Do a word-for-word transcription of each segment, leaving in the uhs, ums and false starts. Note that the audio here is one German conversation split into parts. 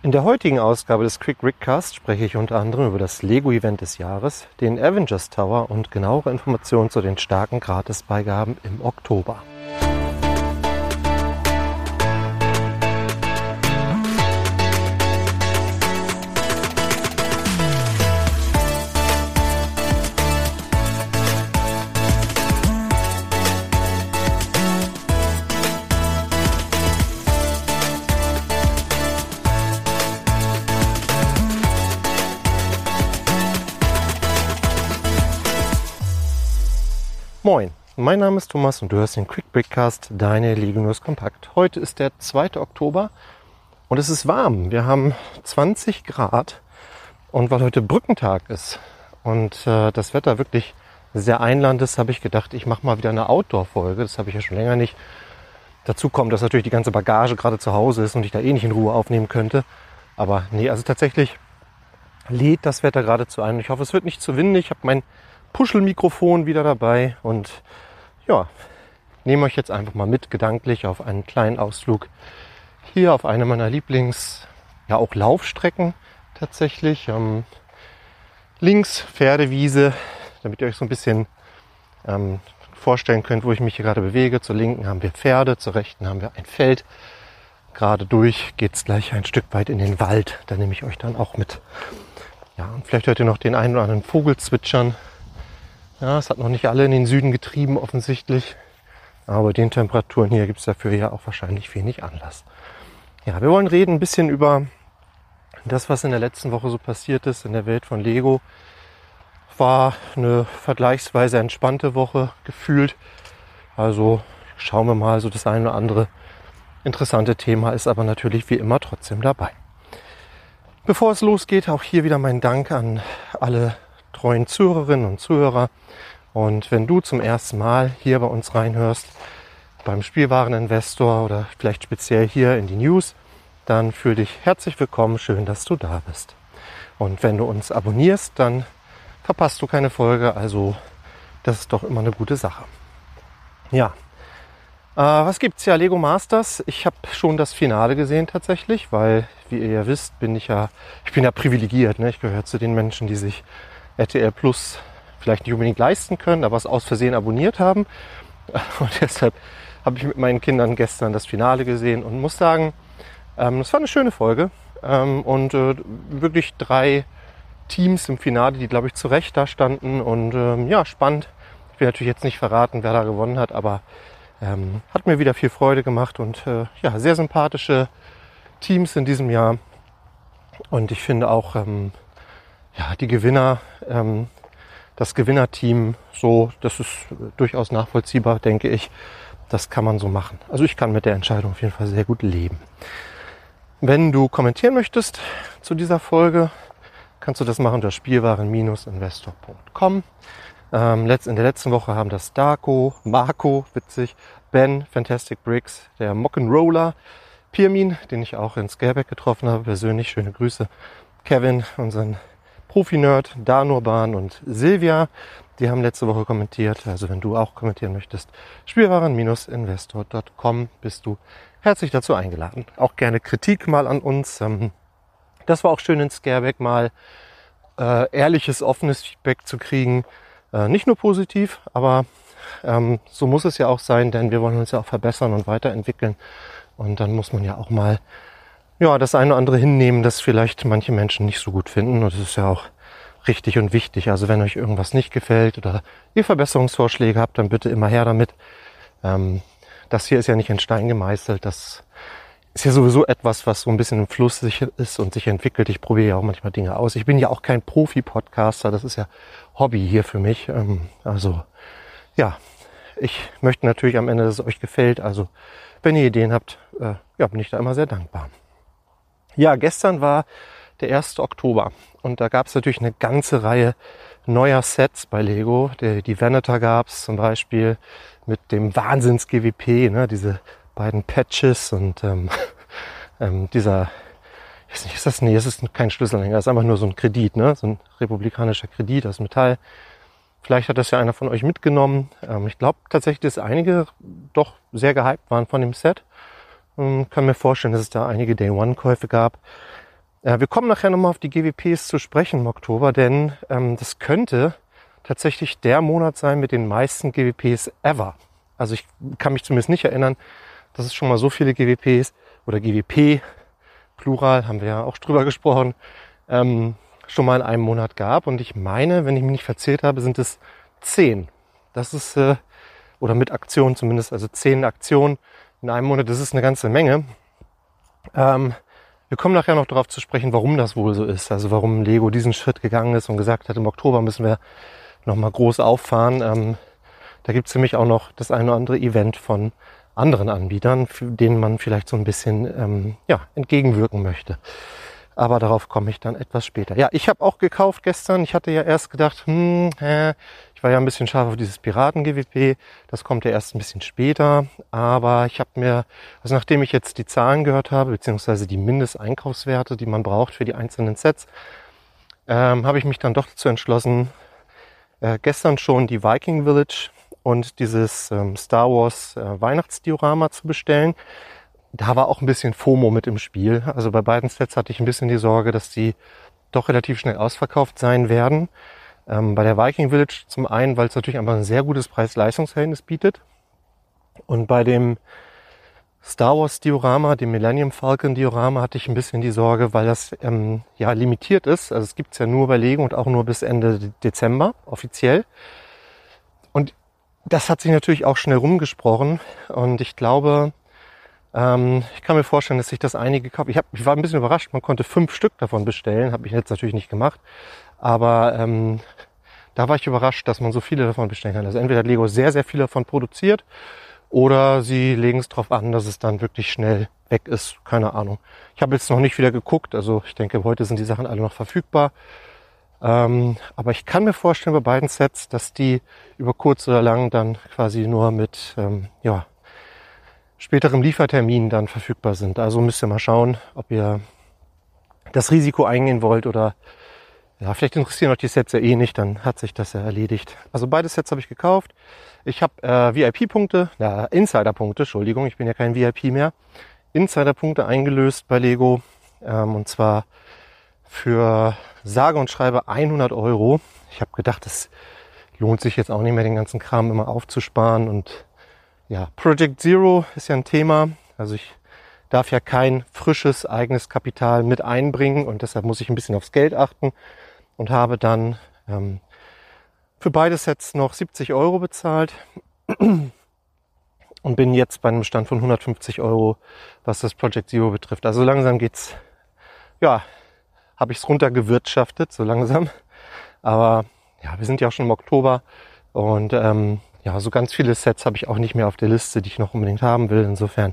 In der heutigen Ausgabe des Quick Rickcast spreche ich unter anderem über das Lego-Event des Jahres, den Avengers Tower und genauere Informationen zu den starken Gratisbeigaben im Oktober. Moin, mein Name ist Thomas und du hörst den Quick Rickcast, deine Lego News Kompakt. Heute ist der zweite Oktober und es ist warm. Wir haben zwanzig Grad und weil heute Brückentag ist und äh, das Wetter wirklich sehr einladend ist, habe ich gedacht, ich mache mal wieder eine Outdoor-Folge. Das habe ich ja schon länger nicht. Dazu kommt, dass natürlich die ganze Bagage gerade zu Hause ist und ich da eh nicht in Ruhe aufnehmen könnte. Aber nee, also tatsächlich lädt das Wetter geradezu ein. Ich hoffe, es wird nicht zu windig. Ich habe mein Puschelmikrofon wieder dabei und ja, nehme euch jetzt einfach mal mit gedanklich auf einen kleinen Ausflug hier auf eine meiner Lieblings, ja auch Laufstrecken tatsächlich. Ähm, links Pferdewiese, damit ihr euch so ein bisschen ähm, vorstellen könnt, wo ich mich hier gerade bewege. Zur linken haben wir Pferde, zur rechten haben wir ein Feld. Gerade durch geht es gleich ein Stück weit in den Wald, da nehme ich euch dann auch mit. Ja, und vielleicht hört ihr noch den einen oder anderen Vogel zwitschern. Ja, es hat noch nicht alle in den Süden getrieben offensichtlich, aber bei den Temperaturen hier gibt es dafür ja auch wahrscheinlich wenig Anlass. Ja, wir wollen reden ein bisschen über das, was in der letzten Woche so passiert ist in der Welt von Lego. War eine vergleichsweise entspannte Woche gefühlt, also schauen wir mal, so das eine oder andere interessante Thema ist aber natürlich wie immer trotzdem dabei. Bevor es losgeht, auch hier wieder mein Dank an alle treuen Zuhörerinnen und Zuhörer. Und wenn du zum ersten Mal hier bei uns reinhörst, beim Spielwareninvestor oder vielleicht speziell hier in die News, dann fühl dich herzlich willkommen, schön, dass du da bist. Und wenn du uns abonnierst, dann verpasst du keine Folge, also das ist doch immer eine gute Sache. Ja, äh, was gibt's? Ja, Lego Masters. Ich habe schon das Finale gesehen tatsächlich, weil, wie ihr ja wisst, bin ich ja, ich bin ja privilegiert, ne? Ich gehöre zu den Menschen, die sich R T L Plus vielleicht nicht unbedingt leisten können, aber es aus Versehen abonniert haben. Und deshalb habe ich mit meinen Kindern gestern das Finale gesehen und muss sagen, ähm, es war eine schöne Folge. Ähm, und äh, wirklich drei Teams im Finale, die, glaube ich, zu Recht da standen. Und ähm, ja, spannend. Ich will natürlich jetzt nicht verraten, wer da gewonnen hat, aber ähm, hat mir wieder viel Freude gemacht. Und äh, ja, sehr sympathische Teams in diesem Jahr. Und ich finde auch, ähm, ja, die Gewinner, ähm, das Gewinnerteam, so, das ist durchaus nachvollziehbar, denke ich. Das kann man so machen. Also ich kann mit der Entscheidung auf jeden Fall sehr gut leben. Wenn du kommentieren möchtest zu dieser Folge, kannst du das machen unter spielwaren Investor punkt com. Ähm, in der letzten Woche haben das Darko, Marco, witzig, Ben, Fantastic Bricks, der Mock'n'Roller, Pirmin, den ich auch in Scareback getroffen habe, persönlich, schöne Grüße, Kevin, unseren Profi-Nerd, Danurban und Silvia, die haben letzte Woche kommentiert. Also wenn du auch kommentieren möchtest, spielwaren Investor punkt com bist du herzlich dazu eingeladen. Auch gerne Kritik mal an uns. Das war auch schön in Scareback mal äh, ehrliches, offenes Feedback zu kriegen. Äh, nicht nur positiv, aber ähm, so muss es ja auch sein, denn wir wollen uns ja auch verbessern und weiterentwickeln. Und dann muss man ja auch mal ja, das eine oder andere hinnehmen, das vielleicht manche Menschen nicht so gut finden. Und das ist ja auch richtig und wichtig. Also wenn euch irgendwas nicht gefällt oder ihr Verbesserungsvorschläge habt, dann bitte immer her damit. Ähm, das hier ist ja nicht in Stein gemeißelt. Das ist ja sowieso etwas, was so ein bisschen im Fluss ist und sich entwickelt. Ich probiere ja auch manchmal Dinge aus. Ich bin ja auch kein Profi-Podcaster. Das ist ja Hobby hier für mich. Ähm, also ja, ich möchte natürlich am Ende, dass es euch gefällt. Also wenn ihr Ideen habt, äh, ja, bin ich da immer sehr dankbar. Ja, gestern war der erste Oktober und da gab es natürlich eine ganze Reihe neuer Sets bei Lego. Die, die Venator gab es zum Beispiel mit dem Wahnsinns-G W P, ne, diese beiden Patches und ähm, ähm, dieser, ich weiß nicht, ist das, nee, es ist kein Schlüsselanhänger, es ist einfach nur so ein Kredit, ne, so ein republikanischer Kredit aus Metall. Vielleicht hat das ja einer von euch mitgenommen. Ähm, ich glaube tatsächlich, dass einige doch sehr gehypt waren von dem Set. Ich kann mir vorstellen, dass es da einige Day-One-Käufe gab. Äh, wir kommen nachher nochmal auf die G W Ps zu sprechen im Oktober, denn ähm, das könnte tatsächlich der Monat sein mit den meisten G W Ps ever. Also ich kann mich zumindest nicht erinnern, dass es schon mal so viele G W Ps oder G W P, Plural, haben wir ja auch drüber gesprochen, ähm, schon mal in einem Monat gab. Und ich meine, wenn ich mich nicht verzählt habe, sind es zehn. Das ist, äh, oder mit Aktionen zumindest, also zehn Aktionen in einem Monat, das ist eine ganze Menge. Ähm, wir kommen nachher noch darauf zu sprechen, warum das wohl so ist. Also warum Lego diesen Schritt gegangen ist und gesagt hat, im Oktober müssen wir nochmal groß auffahren. Ähm, da gibt es nämlich auch noch das eine oder andere Event von anderen Anbietern, denen man vielleicht so ein bisschen ähm, ja, entgegenwirken möchte. Aber darauf komme ich dann etwas später. Ja, ich habe auch gekauft gestern. Ich hatte ja erst gedacht, hm, äh, ich war ja ein bisschen scharf auf dieses Piraten-G W P. Das kommt ja erst ein bisschen später. Aber ich habe mir, also nachdem ich jetzt die Zahlen gehört habe, beziehungsweise die Mindesteinkaufswerte, die man braucht für die einzelnen Sets, ähm, habe ich mich dann doch dazu entschlossen, äh, gestern schon die Viking Village und dieses ähm, Star Wars äh, Weihnachtsdiorama zu bestellen. Da war auch ein bisschen FOMO mit im Spiel. Also bei beiden Sets hatte ich ein bisschen die Sorge, dass die doch relativ schnell ausverkauft sein werden. Ähm, bei der Viking Village zum einen, weil es natürlich einfach ein sehr gutes Preis-Leistungs-Verhältnis bietet. Und bei dem Star Wars Diorama, dem Millennium Falcon Diorama, hatte ich ein bisschen die Sorge, weil das ähm, ja limitiert ist. Also es gibt es ja nur bei Lego und auch nur bis Ende Dezember offiziell. Und das hat sich natürlich auch schnell rumgesprochen. Und ich glaube, ähm, ich kann mir vorstellen, dass sich das einige kaufen. Ich, hab, ich war ein bisschen überrascht, man konnte fünf Stück davon bestellen. Habe ich jetzt natürlich nicht gemacht. Aber ähm, da war ich überrascht, dass man so viele davon bestellen kann. Also entweder hat Lego sehr, sehr viele davon produziert oder sie legen es darauf an, dass es dann wirklich schnell weg ist. Keine Ahnung. Ich habe jetzt noch nicht wieder geguckt. Also ich denke, heute sind die Sachen alle noch verfügbar. Ähm, aber ich kann mir vorstellen bei beiden Sets, dass die über kurz oder lang dann quasi nur mit ähm, ja, späterem Liefertermin dann verfügbar sind. Also müsst ihr mal schauen, ob ihr das Risiko eingehen wollt oder ja, vielleicht interessieren euch die Sets ja eh nicht, dann hat sich das ja erledigt. Also beide Sets habe ich gekauft. Ich habe äh, V I P-Punkte, ja, Insider-Punkte, Entschuldigung, ich bin ja kein V I P mehr, Insider-Punkte eingelöst bei Lego ähm, und zwar für sage und schreibe hundert Euro. Ich habe gedacht, es lohnt sich jetzt auch nicht mehr, den ganzen Kram immer aufzusparen. Und ja, Project Zero ist ja ein Thema. Also ich darf ja kein frisches eigenes Kapital mit einbringen und deshalb muss ich ein bisschen aufs Geld achten und habe dann ähm, für beide Sets noch siebzig Euro bezahlt und bin jetzt bei einem Stand von hundertfünfzig Euro, was das Project Zero betrifft. Also langsam geht's, ja, habe ich es runtergewirtschaftet, so langsam. Aber ja, wir sind ja auch schon im Oktober und ähm, ja, so ganz viele Sets habe ich auch nicht mehr auf der Liste, die ich noch unbedingt haben will. Insofern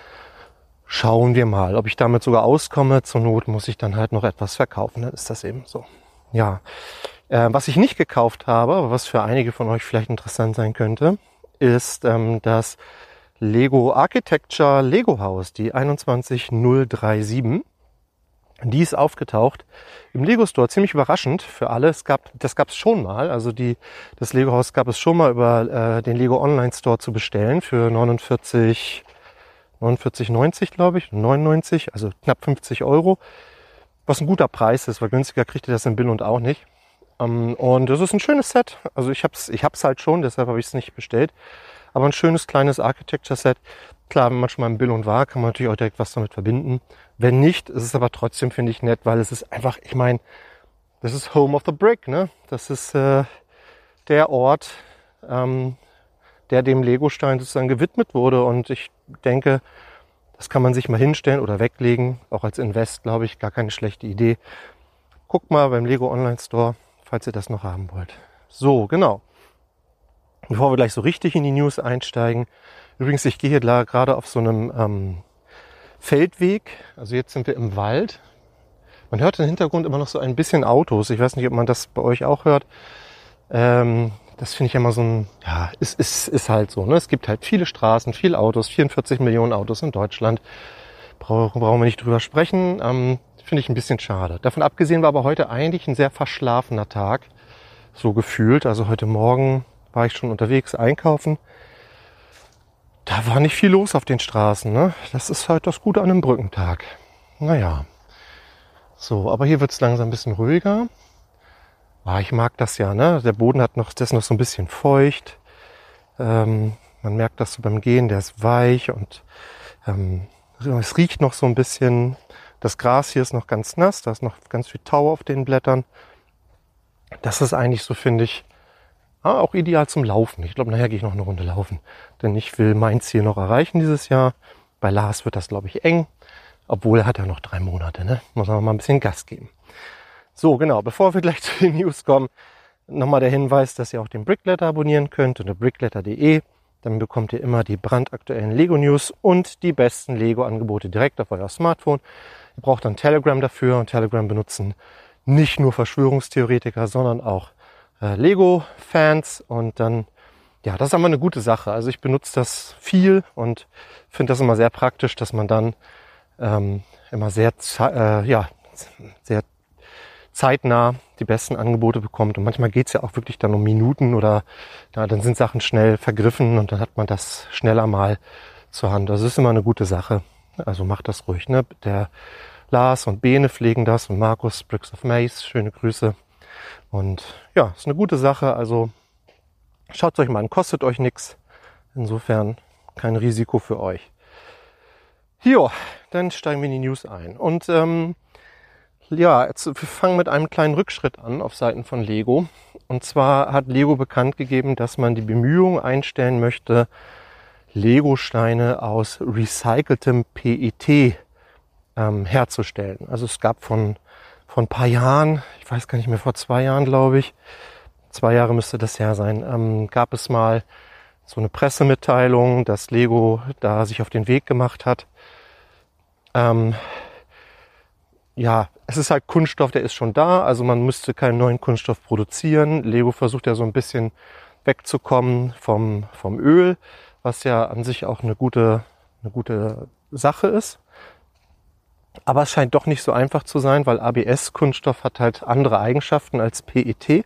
schauen wir mal, ob ich damit sogar auskomme. Zur Not muss ich dann halt noch etwas verkaufen, dann ist das eben so. Ja, äh, was ich nicht gekauft habe, aber was für einige von euch vielleicht interessant sein könnte, ist ähm, das Lego Architecture Lego Haus, die einundzwanzig null siebenunddreißig. Die ist aufgetaucht im Lego Store, ziemlich überraschend für alle. Es gab, das gab es schon mal, also die, das Lego Haus gab es schon mal über äh, den Lego Online Store zu bestellen für neunundvierzig, neunundvierzig neunzig, glaube ich, neunundneunzig, also knapp fünfzig Euro, was ein guter Preis ist, weil günstiger kriegt ihr das in Bill und auch nicht. Ähm, und das ist ein schönes Set, also ich hab's, ich hab's halt schon, deshalb habe ich es nicht bestellt, aber ein schönes kleines Architecture Set. Klar, wenn man schon mal im Bill und war, kann man natürlich auch direkt was damit verbinden. Wenn nicht, ist es aber trotzdem, finde ich, nett, weil es ist einfach, ich meine, das ist Home of the Brick, ne? Das ist äh, der Ort, ähm, der dem Legostein sozusagen gewidmet wurde. Und ich denke, das kann man sich mal hinstellen oder weglegen. Auch als Invest, glaube ich, gar keine schlechte Idee. Guckt mal beim Lego Online Store, falls ihr das noch haben wollt. So, genau. Bevor wir gleich so richtig in die News einsteigen. Übrigens, ich gehe hier gerade auf so einem ähm, Feldweg. Also jetzt sind wir im Wald. Man hört im Hintergrund immer noch so ein bisschen Autos. Ich weiß nicht, ob man das bei euch auch hört. Ähm, das finde ich immer so ein, ja, ist, ist, ist halt so. Ne? Es gibt halt viele Straßen, viele Autos, vierundvierzig Millionen Autos in Deutschland. Brauchen, brauchen wir nicht drüber sprechen. Ähm, finde ich ein bisschen schade. Davon abgesehen war aber heute eigentlich ein sehr verschlafener Tag. So gefühlt. Also heute Morgen war ich schon unterwegs einkaufen. Da war nicht viel los auf den Straßen. Ne? Das ist halt das Gute an einem Brückentag. Naja. So, aber hier wird es langsam ein bisschen ruhiger. Ah, ich mag das ja, ne? Der Boden hat noch, der ist noch so ein bisschen feucht. Ähm, man merkt das so beim Gehen, der ist weich und ähm, es riecht noch so ein bisschen. Das Gras hier ist noch ganz nass, da ist noch ganz viel Tau auf den Blättern. Das ist eigentlich so, finde ich, ah, auch ideal zum Laufen. Ich glaube, nachher gehe ich noch eine Runde laufen, denn ich will mein Ziel noch erreichen dieses Jahr. Bei Lars wird das, glaube ich, eng, obwohl er hat ja noch drei Monate, ne? Muss man mal ein bisschen Gas geben. So, genau, bevor wir gleich zu den News kommen, nochmal der Hinweis, dass ihr auch den Brickletter abonnieren könnt unter brickletter punkt de. Dann bekommt ihr immer die brandaktuellen Lego-News und die besten Lego-Angebote direkt auf euer Smartphone. Ihr braucht dann Telegram dafür und Telegram benutzen nicht nur Verschwörungstheoretiker, sondern auch äh, Lego-Fans und dann, ja, das ist aber eine gute Sache. Also ich benutze das viel und finde das immer sehr praktisch, dass man dann ähm, immer sehr, äh, ja, sehr zeitnah die besten Angebote bekommt. Und manchmal geht es ja auch wirklich dann um Minuten oder ja, dann sind Sachen schnell vergriffen und dann hat man das schneller mal zur Hand. Also es ist immer eine gute Sache. Also macht das ruhig. Ne? Der Lars und Bene pflegen das und Markus, Bricks of Maze, schöne Grüße. Und ja, ist eine gute Sache. Also schaut es euch mal an, kostet euch nichts. Insofern kein Risiko für euch. Jo, dann steigen wir in die News ein. Und ähm, ja, jetzt, wir fangen mit einem kleinen Rückschritt an auf Seiten von Lego. Und zwar hat Lego bekannt gegeben, dass man die Bemühungen einstellen möchte, Lego-Steine aus recyceltem P E T ähm, herzustellen. Also es gab von, von ein paar Jahren, ich weiß gar nicht mehr, vor zwei Jahren glaube ich, zwei Jahre müsste das her sein, ähm, gab es mal so eine Pressemitteilung, dass Lego da sich auf den Weg gemacht hat. Ähm, ja, es ist halt Kunststoff, der ist schon da, also man müsste keinen neuen Kunststoff produzieren. Lego versucht ja so ein bisschen wegzukommen vom, vom Öl, was ja an sich auch eine gute, eine gute Sache ist. Aber es scheint doch nicht so einfach zu sein, weil A B S-Kunststoff hat halt andere Eigenschaften als P E T.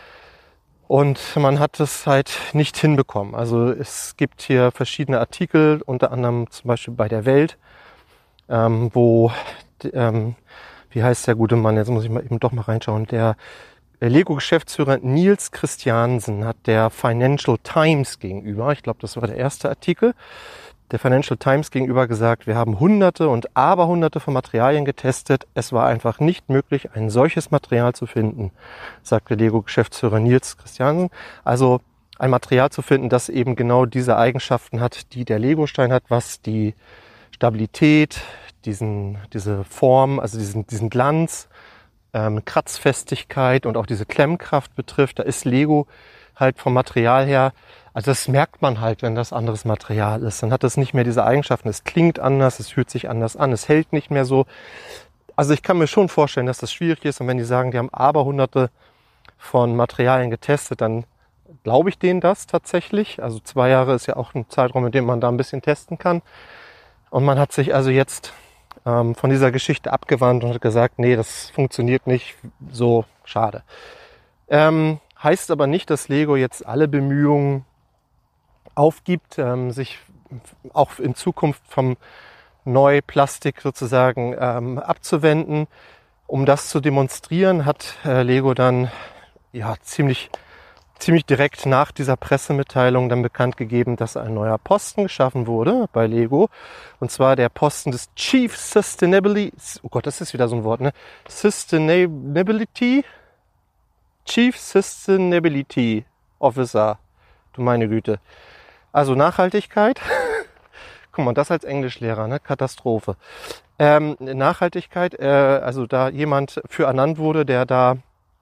Und man hat es halt nicht hinbekommen. Also es gibt hier verschiedene Artikel, unter anderem zum Beispiel bei der Welt, ähm, wo, ähm, wie heißt der gute Mann, jetzt muss ich mal eben doch mal reinschauen, der Lego-Geschäftsführer Nils Christiansen hat der Financial Times gegenüber, ich glaube, das war der erste Artikel, der Financial Times gegenüber gesagt, wir haben hunderte und aberhunderte von Materialien getestet. Es war einfach nicht möglich, ein solches Material zu finden, sagte Lego-Geschäftsführer Nils Christiansen. Also ein Material zu finden, das eben genau diese Eigenschaften hat, die der Lego-Stein hat, was die Stabilität, diesen, diese Form, also diesen, diesen Glanz, ähm, Kratzfestigkeit und auch diese Klemmkraft betrifft. Da ist Lego halt vom Material her, also das merkt man halt, wenn das anderes Material ist. Dann hat es nicht mehr diese Eigenschaften. Es klingt anders, es fühlt sich anders an, es hält nicht mehr so. Also ich kann mir schon vorstellen, dass das schwierig ist. Und wenn die sagen, die haben aberhunderte von Materialien getestet, dann glaube ich denen das tatsächlich. Also zwei Jahre ist ja auch ein Zeitraum, in dem man da ein bisschen testen kann. Und man hat sich also jetzt ähm, von dieser Geschichte abgewandt und hat gesagt, nee, das funktioniert nicht, so schade. Ähm, heißt aber nicht, dass Lego jetzt alle Bemühungen aufgibt, ähm, sich auch in Zukunft vom Neuplastik sozusagen ähm, abzuwenden. Um das zu demonstrieren, hat äh, Lego dann ja ziemlich ziemlich direkt nach dieser Pressemitteilung dann bekannt gegeben, dass ein neuer Posten geschaffen wurde bei Lego. Und zwar der Posten des Chief Sustainability, oh Gott, das ist wieder so ein Wort, ne? Sustainability, Chief Sustainability Officer. Du meine Güte. Also Nachhaltigkeit. Guck mal, das als Englischlehrer, ne? Katastrophe. Ähm, Nachhaltigkeit, äh, also da jemand für ernannt wurde, der da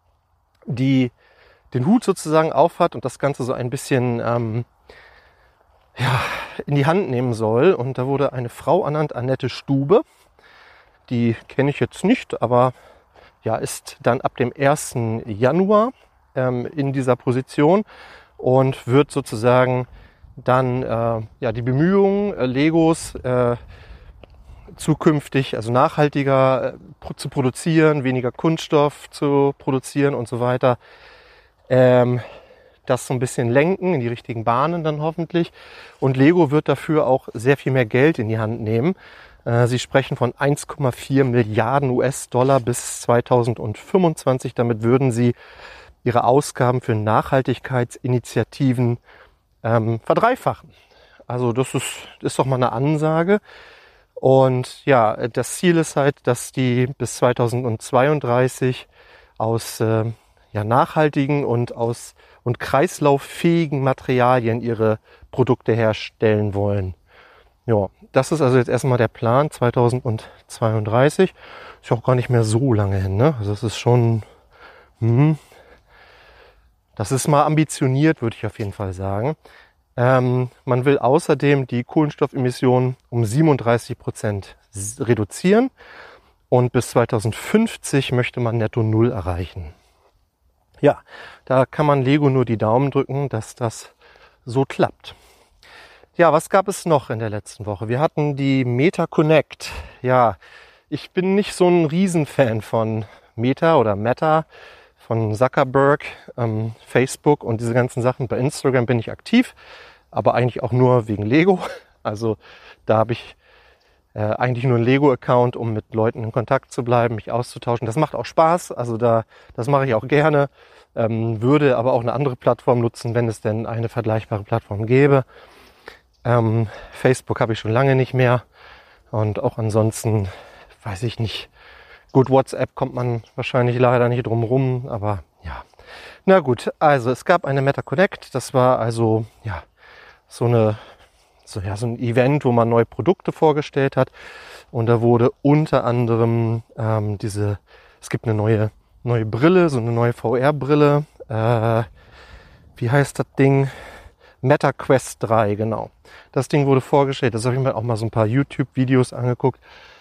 die den Hut sozusagen aufhat und das Ganze so ein bisschen ähm, ja, in die Hand nehmen soll. Und da wurde eine Frau ernannt, Annette Stube. Die kenne ich jetzt nicht, aber ja, ist dann ab dem ersten Januar ähm, in dieser Position und wird sozusagen dann äh, ja, die Bemühungen äh, Legos äh, zukünftig, also nachhaltiger äh, zu produzieren, weniger Kunststoff zu produzieren und so weiter, ähm, das so ein bisschen lenken in die richtigen Bahnen dann hoffentlich. Und Lego wird dafür auch sehr viel mehr Geld in die Hand nehmen. Äh, sie sprechen von eins Komma vier Milliarden U S-Dollar bis zweitausendfünfundzwanzig. Damit würden sie ihre Ausgaben für Nachhaltigkeitsinitiativen ähm, verdreifachen. Also das ist, ist doch mal eine Ansage. Und ja, das Ziel ist halt, dass die bis zweitausendzweiunddreißig aus äh, ja, nachhaltigen und aus und kreislauffähigen Materialien ihre Produkte herstellen wollen. Ja, das ist also jetzt erstmal der Plan zweitausendzweiunddreißig. Ist ja auch gar nicht mehr so lange hin, ne? Also es ist schon, hm, das ist mal ambitioniert, würde ich auf jeden Fall sagen. Ähm, man will außerdem die Kohlenstoffemissionen um siebenunddreißig Prozent reduzieren und bis zweitausendfünfzig möchte man netto null erreichen. Ja, da kann man Lego nur die Daumen drücken, dass das so klappt. Ja, was gab es noch in der letzten Woche? Wir hatten die Meta Connect. Ja, ich bin nicht so ein Riesenfan von Meta oder Meta, von Zuckerberg, ähm, Facebook und diese ganzen Sachen. Bei Instagram bin ich aktiv, aber eigentlich auch nur wegen Lego. Also da habe ich äh, eigentlich nur einen Lego-Account, um mit Leuten in Kontakt zu bleiben, mich auszutauschen. Das macht auch Spaß, also da das mache ich auch gerne, ähm, würde aber auch eine andere Plattform nutzen, wenn es denn eine vergleichbare Plattform gäbe. Ähm, Facebook habe ich schon lange nicht mehr und auch ansonsten weiß ich nicht. Gut, WhatsApp kommt man wahrscheinlich leider nicht drum rum, aber ja. Na gut, also es gab eine Meta Connect, das war also ja so eine so, ja, so ein Event, wo man neue Produkte vorgestellt hat und da wurde unter anderem ähm, diese, es gibt eine neue neue Brille, so eine neue V R-Brille, äh, wie heißt das Ding? Meta Quest drei, genau. Das Ding wurde vorgestellt, das habe ich mir auch mal so ein paar YouTube-Videos angeguckt.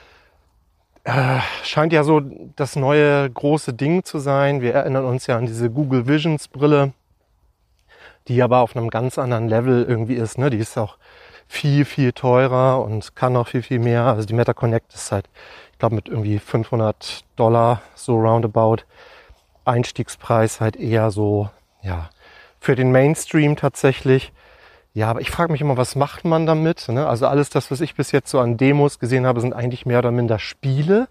Äh, scheint ja so das neue große Ding zu sein. Wir erinnern uns ja an diese Google Visions Brille, die aber auf einem ganz anderen Level irgendwie ist. Ne? Die ist auch viel, viel teurer und kann auch viel, viel mehr. Also die Meta Connect ist halt, ich glaube, mit irgendwie fünfhundert Dollar so roundabout. Einstiegspreis halt eher so, ja, für den Mainstream tatsächlich. Ja, aber ich frage mich immer, was macht man damit? Ne? Also alles das, was ich bis jetzt so an Demos gesehen habe, sind eigentlich mehr oder minder Spiele.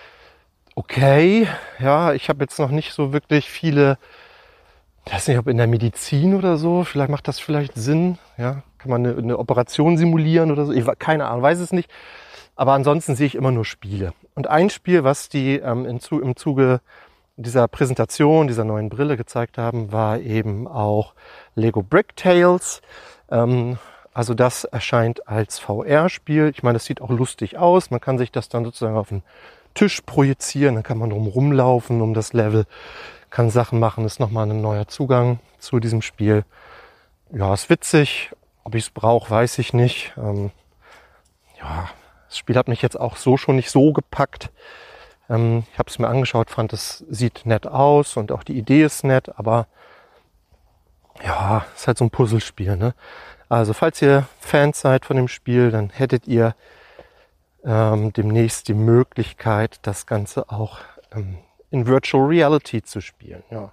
Okay, ja, ich habe jetzt noch nicht so wirklich viele, ich weiß nicht, ob in der Medizin oder so, vielleicht macht das vielleicht Sinn. Ja, kann man eine, eine Operation simulieren oder so? Ich keine Ahnung, weiß es nicht. Aber ansonsten sehe ich immer nur Spiele. Und ein Spiel, was die ähm, im, Zu- im Zuge dieser Präsentation, dieser neuen Brille gezeigt haben, war eben auch Lego Bricktales. Ähm, also das erscheint als V R-Spiel. Ich meine, das sieht auch lustig aus. Man kann sich das dann sozusagen auf den Tisch projizieren. Dann kann man drum rumlaufen um das Level, kann Sachen machen. Das ist nochmal ein neuer Zugang zu diesem Spiel. Ja, ist witzig. Ob ich es brauche, weiß ich nicht. Ähm, ja, das Spiel hat mich jetzt auch so schon nicht so gepackt. Ähm, ich habe es mir angeschaut, fand, es sieht nett aus und auch die Idee ist nett, aber ja, ist halt so ein Puzzlespiel, ne? Also falls ihr Fans seid von dem Spiel, dann hättet ihr ähm, demnächst die Möglichkeit, das Ganze auch ähm, in Virtual Reality zu spielen. Ja.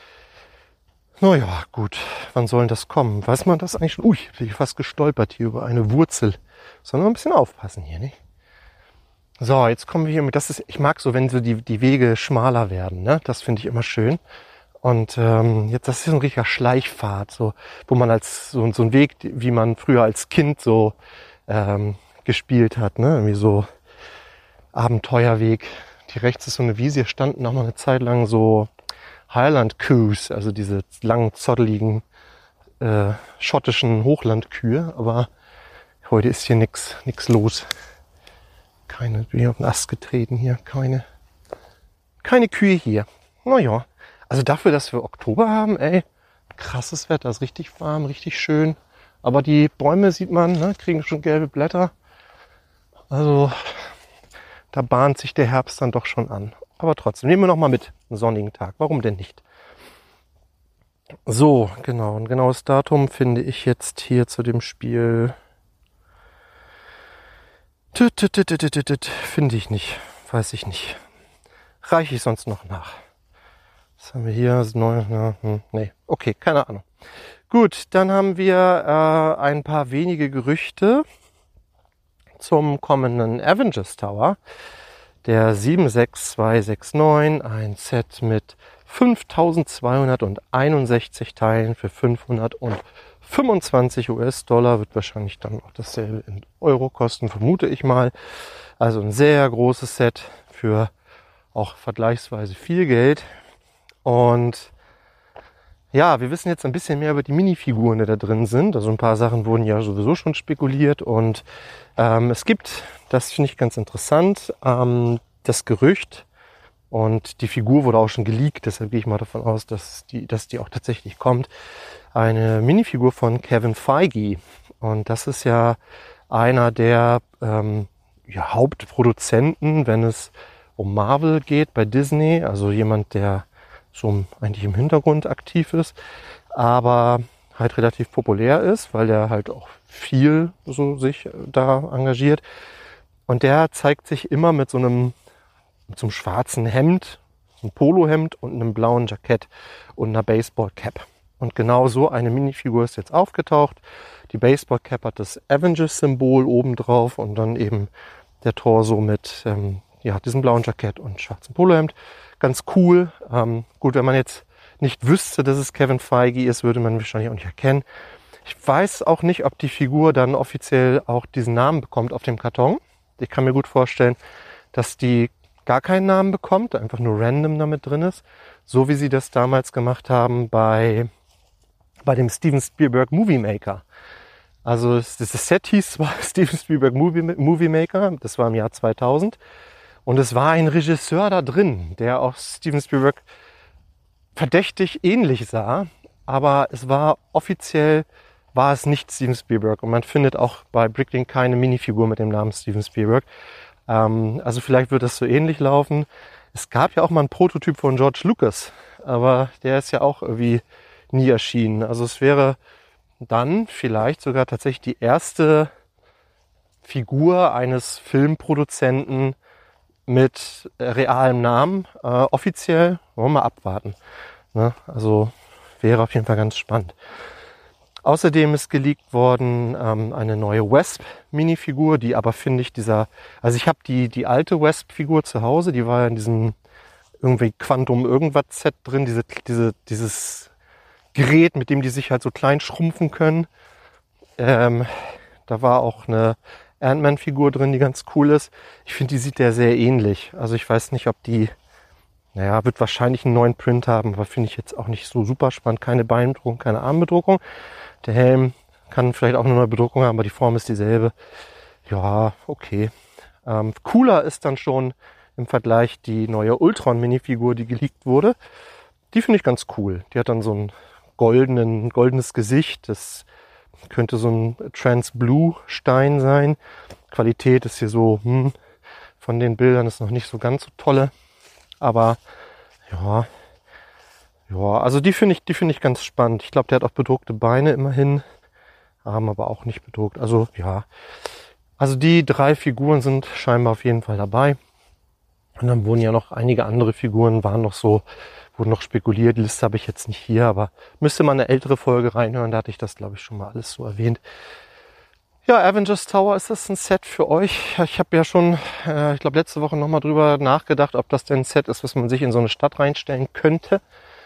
Naja, gut, wann soll denn das kommen? Weiß man das eigentlich schon? Ui, bin ich fast gestolpert hier über eine Wurzel. Sollen wir ein bisschen aufpassen hier, nicht? So, jetzt kommen wir hier mit, das ist, ich mag so, wenn so die, die Wege schmaler werden, ne? Das finde ich immer schön. Und ähm, jetzt, das ist so ein richtiger Schleichpfad, so, wo man als so, so ein Weg, wie man früher als Kind so ähm, gespielt hat, ne? Irgendwie so Abenteuerweg. Hier rechts ist so eine Wiese, hier standen auch mal eine Zeit lang so Highland Coos, also diese langen, zotteligen äh, schottischen Hochlandkühe, aber heute ist hier nix, nix los. Keine, bin hier auf den Ast getreten hier, keine, keine Kühe hier. Naja. Also dafür, dass wir Oktober haben, ey, krasses Wetter, ist richtig warm, richtig schön. Aber die Bäume sieht man, ne, kriegen schon gelbe Blätter. Also da bahnt sich der Herbst dann doch schon an. Aber trotzdem, nehmen wir noch mal mit einen sonnigen Tag. Warum denn nicht? So, genau, ein genaues Datum finde ich jetzt hier zu dem Spiel. Finde ich nicht, weiß ich nicht. Reiche ich sonst noch nach. Was haben wir hier? Neu, ja, hm, nee, okay, keine Ahnung. Gut, dann haben wir äh, ein paar wenige Gerüchte zum kommenden Avengers Tower. Der sieben sechs zwei sechs neun, ein Set mit fünftausendzweihunderteinundsechzig Teilen für fünfhundertfünfundzwanzig US-Dollar. Wird wahrscheinlich dann auch dasselbe in Euro kosten, vermute ich mal. Also ein sehr großes Set für auch vergleichsweise viel Geld. Und ja, wir wissen jetzt ein bisschen mehr über die Minifiguren, die da drin sind. Also ein paar Sachen wurden ja sowieso schon spekuliert. Und ähm, es gibt, das finde ich ganz interessant, ähm, das Gerücht, und die Figur wurde auch schon geleakt, deshalb gehe ich mal davon aus, dass die, dass die auch tatsächlich kommt. Eine Minifigur von Kevin Feige. Und das ist ja einer der ähm, ja, Hauptproduzenten, wenn es um Marvel geht bei Disney. Also jemand, der so eigentlich im Hintergrund aktiv ist, aber halt relativ populär ist, weil der halt auch viel so sich da engagiert. Und der zeigt sich immer mit so einem, mit so einem schwarzen Hemd, einem Polohemd und einem blauen Jackett und einer Baseballcap. Und genau so eine Minifigur ist jetzt aufgetaucht. Die Baseballcap hat das Avengers-Symbol oben drauf und dann eben der Torso mit ähm, ja, diesem blauen Jackett und schwarzem Polohemd. Ganz cool. Ähm, gut, wenn man jetzt nicht wüsste, dass es Kevin Feige ist, würde man wahrscheinlich auch nicht erkennen. Ich weiß auch nicht, ob die Figur dann offiziell auch diesen Namen bekommt auf dem Karton. Ich kann mir gut vorstellen, dass die gar keinen Namen bekommt, einfach nur random damit drin ist. So wie sie das damals gemacht haben bei, bei dem Steven Spielberg Movie Maker. Also das Set hieß zwar Steven Spielberg Movie, Movie Maker, das war im Jahr zweitausend. Und es war ein Regisseur da drin, der auch Steven Spielberg verdächtig ähnlich sah. Aber es war offiziell, war es nicht Steven Spielberg. Und man findet auch bei Bricklink keine Minifigur mit dem Namen Steven Spielberg. Ähm, also vielleicht wird das so ähnlich laufen. Es gab ja auch mal einen Prototyp von George Lucas. Aber der ist ja auch irgendwie nie erschienen. Also es wäre dann vielleicht sogar tatsächlich die erste Figur eines Filmproduzenten mit realem Namen, äh, offiziell, wollen wir mal abwarten. Ne? Also wäre auf jeden Fall ganz spannend. Außerdem ist geleakt worden ähm, eine neue Wasp-Minifigur, die aber finde ich dieser, also ich habe die, die alte Wasp-Figur zu Hause, die war ja in diesem irgendwie Quantum-Irgendwas-Set drin, diese, diese, dieses Gerät, mit dem die sich halt so klein schrumpfen können. Ähm, da war auch eine Ant-Man-Figur drin, die ganz cool ist. Ich finde, die sieht der sehr ähnlich. Also ich weiß nicht, ob die, naja, wird wahrscheinlich einen neuen Print haben, aber finde ich jetzt auch nicht so super spannend. Keine Beinbedruckung, keine Armbedruckung. Der Helm kann vielleicht auch eine neue Bedruckung haben, aber die Form ist dieselbe. Ja, okay. Ähm, cooler ist dann schon im Vergleich die neue Ultron-Minifigur, die geleakt wurde. Die finde ich ganz cool. Die hat dann so ein goldenen, goldenes Gesicht. Das könnte so ein Trans-Blue-Stein sein. Qualität ist hier so, hm, von den Bildern ist noch nicht so ganz so tolle. Aber ja, ja, also die finde ich, die finde ich ganz spannend. Ich glaube, der hat auch bedruckte Beine immerhin, Arme aber auch nicht bedruckt. Also ja, also die drei Figuren sind scheinbar auf jeden Fall dabei. Und dann wurden ja noch einige andere Figuren, waren noch so, wurden noch spekuliert. Die Liste habe ich jetzt nicht hier, aber müsste mal eine ältere Folge reinhören. Da hatte ich das, glaube ich, schon mal alles so erwähnt. Ja, Avengers Tower, ist das ein Set für euch? Ich habe ja schon, äh, ich glaube, letzte Woche nochmal drüber nachgedacht, ob das denn ein Set ist, was man sich in so eine Stadt reinstellen könnte.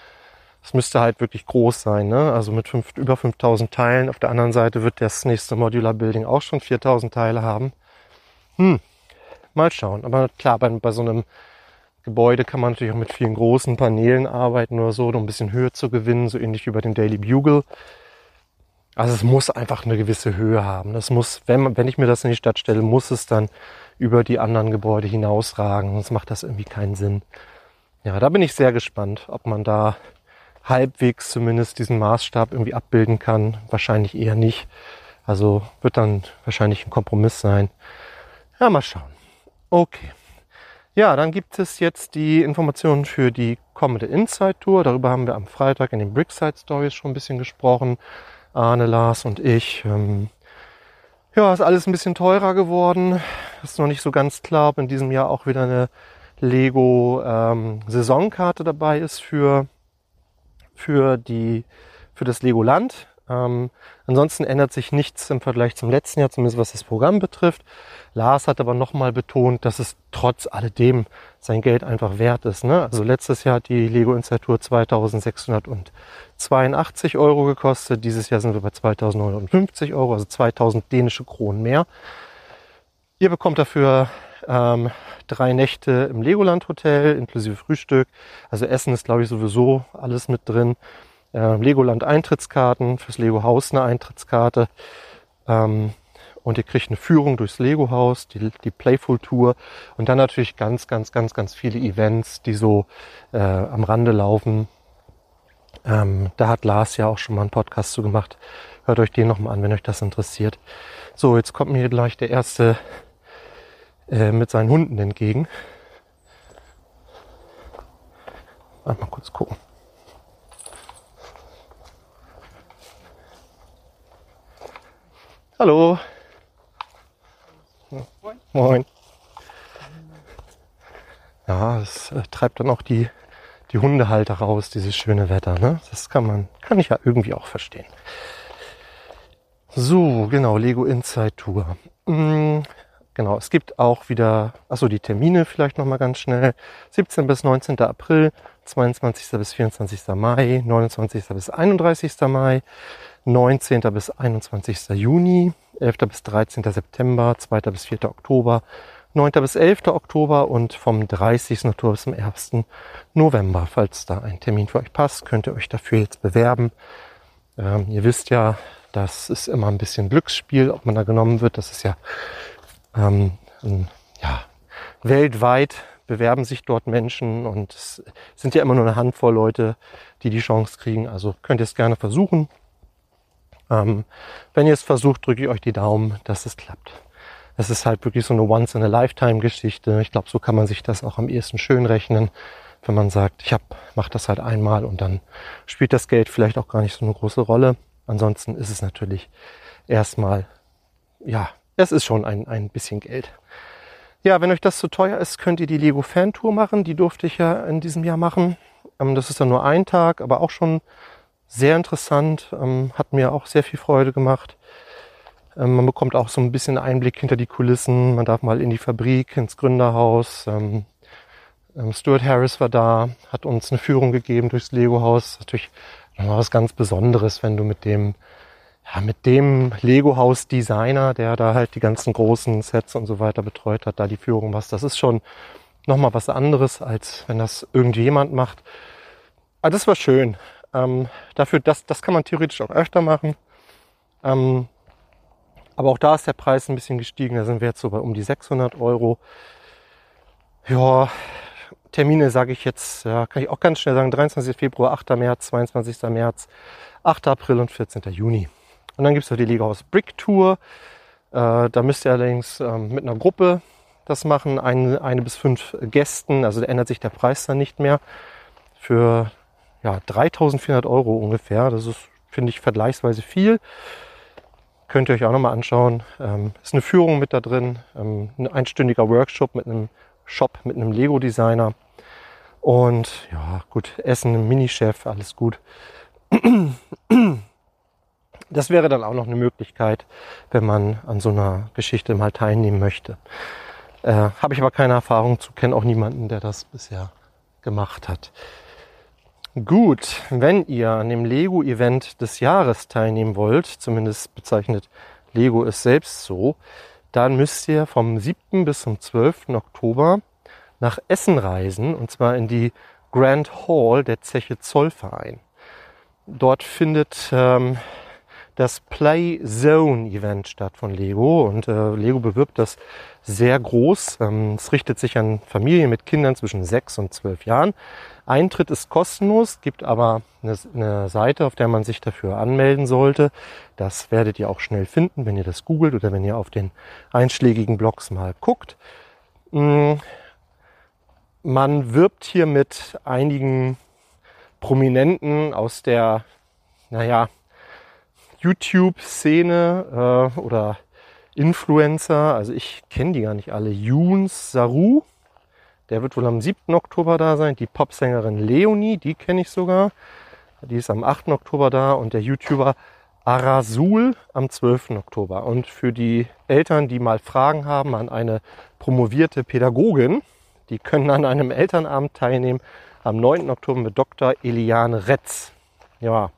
Es müsste halt wirklich groß sein, ne? Also mit fünf, über fünftausend Teilen. Auf der anderen Seite wird das nächste Modular Building auch schon viertausend Teile haben. Hm, mal schauen. Aber klar, bei, bei so einem Gebäude kann man natürlich auch mit vielen großen Paneelen arbeiten oder so, um ein bisschen Höhe zu gewinnen, so ähnlich wie bei dem Daily Bugle. Also es muss einfach eine gewisse Höhe haben. Das muss, wenn, wenn ich mir das in die Stadt stelle, muss es dann über die anderen Gebäude hinausragen. Sonst macht das irgendwie keinen Sinn. Ja, da bin ich sehr gespannt, ob man da halbwegs zumindest diesen Maßstab irgendwie abbilden kann. Wahrscheinlich eher nicht. Also wird dann wahrscheinlich ein Kompromiss sein. Ja, mal schauen. Okay. Ja, dann gibt es jetzt die Informationen für die kommende Inside Tour. Darüber haben wir am Freitag in den Brickside Stories schon ein bisschen gesprochen. Arne, Lars und ich. Ähm, ja, ist alles ein bisschen teurer geworden. Ist noch nicht so ganz klar, ob in diesem Jahr auch wieder eine Lego ähm, Saisonkarte dabei ist für, für, die, für das Legoland. Ähm, ansonsten ändert sich nichts im Vergleich zum letzten Jahr, zumindest was das Programm betrifft. Lars hat aber nochmal betont, dass es trotz alledem sein Geld einfach wert ist. Ne? Also letztes Jahr hat die Lego Inside Tour zweitausendsechshundertzweiundachtzig Euro gekostet. Dieses Jahr sind wir bei zweitausendneunhundertfünfzig Euro, also zweitausend dänische Kronen mehr. Ihr bekommt dafür ähm, drei Nächte im Legoland Hotel inklusive Frühstück. Also Essen ist, glaube ich, sowieso alles mit drin. Ähm, Legoland Eintrittskarten, fürs Lego Haus eine Eintrittskarte. Ähm, und ihr kriegt eine Führung durchs Lego Haus, die, die Playful Tour. Und dann natürlich ganz, ganz, ganz, ganz viele Events, die so äh, am Rande laufen. Ähm, da hat Lars ja auch schon mal einen Podcast zu gemacht. Hört euch den nochmal an, wenn euch das interessiert. So, jetzt kommt mir hier gleich der erste äh, mit seinen Hunden entgegen. Mal kurz gucken. Hallo. Moin. Moin. Ja, es äh, treibt dann auch die, die Hundehalter raus, dieses schöne Wetter. Ne? Das kann man, kann ich ja irgendwie auch verstehen. So, genau, Lego Inside Tour. Mhm, genau, es gibt auch wieder, achso, die Termine vielleicht nochmal ganz schnell. siebzehnten bis neunzehnten April, zweiundzwanzigsten bis vierundzwanzigsten Mai, neunundzwanzigsten bis einunddreißigsten Mai, neunzehnten bis einundzwanzigsten Juni, elften bis dreizehnten September, zweiten bis vierten Oktober, neunten bis elften Oktober und vom dreißigsten Oktober bis zum ersten November. Falls da ein Termin für euch passt, könnt ihr euch dafür jetzt bewerben. Ähm, ihr wisst ja, das ist immer ein bisschen Glücksspiel, ob man da genommen wird. Das ist ja, ähm, ein, ja weltweit bewerben sich dort Menschen und es sind ja immer nur eine Handvoll Leute, die die Chance kriegen. Also könnt ihr es gerne versuchen. Ähm, wenn ihr es versucht, drücke ich euch die Daumen, dass es klappt. Es ist halt wirklich so eine Once-in-a-Lifetime-Geschichte. Ich glaube, so kann man sich das auch am ehesten schön rechnen, wenn man sagt, ich mache das halt einmal und dann spielt das Geld vielleicht auch gar nicht so eine große Rolle. Ansonsten ist es natürlich erstmal, ja, es ist schon ein, ein bisschen Geld. Ja, wenn euch das zu teuer ist, könnt ihr die Lego Fan Tour machen. Die durfte ich ja in diesem Jahr machen. Ähm, das ist dann nur ein Tag, aber auch schon sehr interessant. Ähm, hat mir auch sehr viel Freude gemacht. Ähm, man bekommt auch so ein bisschen Einblick hinter die Kulissen. Man darf mal in die Fabrik, ins Gründerhaus. Ähm, ähm, Stuart Harris war da, hat uns eine Führung gegeben durchs Lego-Haus. Natürlich nochmal was ganz Besonderes, wenn du mit dem Ja, mit dem Lego-Haus-Designer, der da halt die ganzen großen Sets und so weiter betreut hat, da die Führung machst. Das ist schon nochmal was anderes, als wenn das irgendjemand macht. Aber das war schön. Ähm, dafür, das, das kann man theoretisch auch öfter machen. Ähm, aber auch da ist der Preis ein bisschen gestiegen. Da sind wir jetzt so bei um die sechshundert Euro. Ja, Termine sage ich jetzt, ja, kann ich auch ganz schnell sagen. dreiundzwanzigsten Februar, achten März, zweiundzwanzigsten März, achten April und vierzehnten Juni. Und dann gibt es noch die Lego House Brick Tour. Äh, da müsst ihr allerdings ähm, mit einer Gruppe das machen, eine, eine bis fünf Gästen. Also da ändert sich der Preis dann nicht mehr. Für ja, dreitausendvierhundert Euro ungefähr. Das ist, finde ich, vergleichsweise viel. Könnt ihr euch auch nochmal anschauen. Ähm, ist eine Führung mit da drin. Ähm, ein einstündiger Workshop mit einem Shop, mit einem Lego-Designer. Und ja, gut, Essen, Mini-Chef, alles gut. Das wäre dann auch noch eine Möglichkeit, wenn man an so einer Geschichte mal teilnehmen möchte. Äh, Habe ich aber keine Erfahrung zu, kenne auch niemanden, der das bisher gemacht hat. Gut, wenn ihr an dem Lego-Event des Jahres teilnehmen wollt, zumindest bezeichnet Lego es selbst so, dann müsst ihr vom siebten bis zum zwölften Oktober nach Essen reisen, und zwar in die Grand Hall der Zeche Zollverein. Dort findet ähm, das Play Zone Event statt von Lego, und äh, Lego bewirbt das sehr groß. Ähm, es richtet sich an Familien mit Kindern zwischen sechs und zwölf Jahren. Eintritt ist kostenlos, gibt aber eine, eine Seite, auf der man sich dafür anmelden sollte. Das werdet ihr auch schnell finden, wenn ihr das googelt oder wenn ihr auf den einschlägigen Blogs mal guckt. Man wirbt hier mit einigen Prominenten aus der, naja, YouTube-Szene äh, oder Influencer. Also ich kenne die gar nicht alle. Yoon Saru, der wird wohl am siebten Oktober da sein. Die Popsängerin Leonie, die kenne ich sogar. Die ist am achten Oktober da. Und der YouTuber Arasul am zwölften Oktober. Und für die Eltern, die mal Fragen haben an eine promovierte Pädagogin, die können an einem Elternabend teilnehmen am neunten Oktober mit Doktor Eliane Retz. Ja,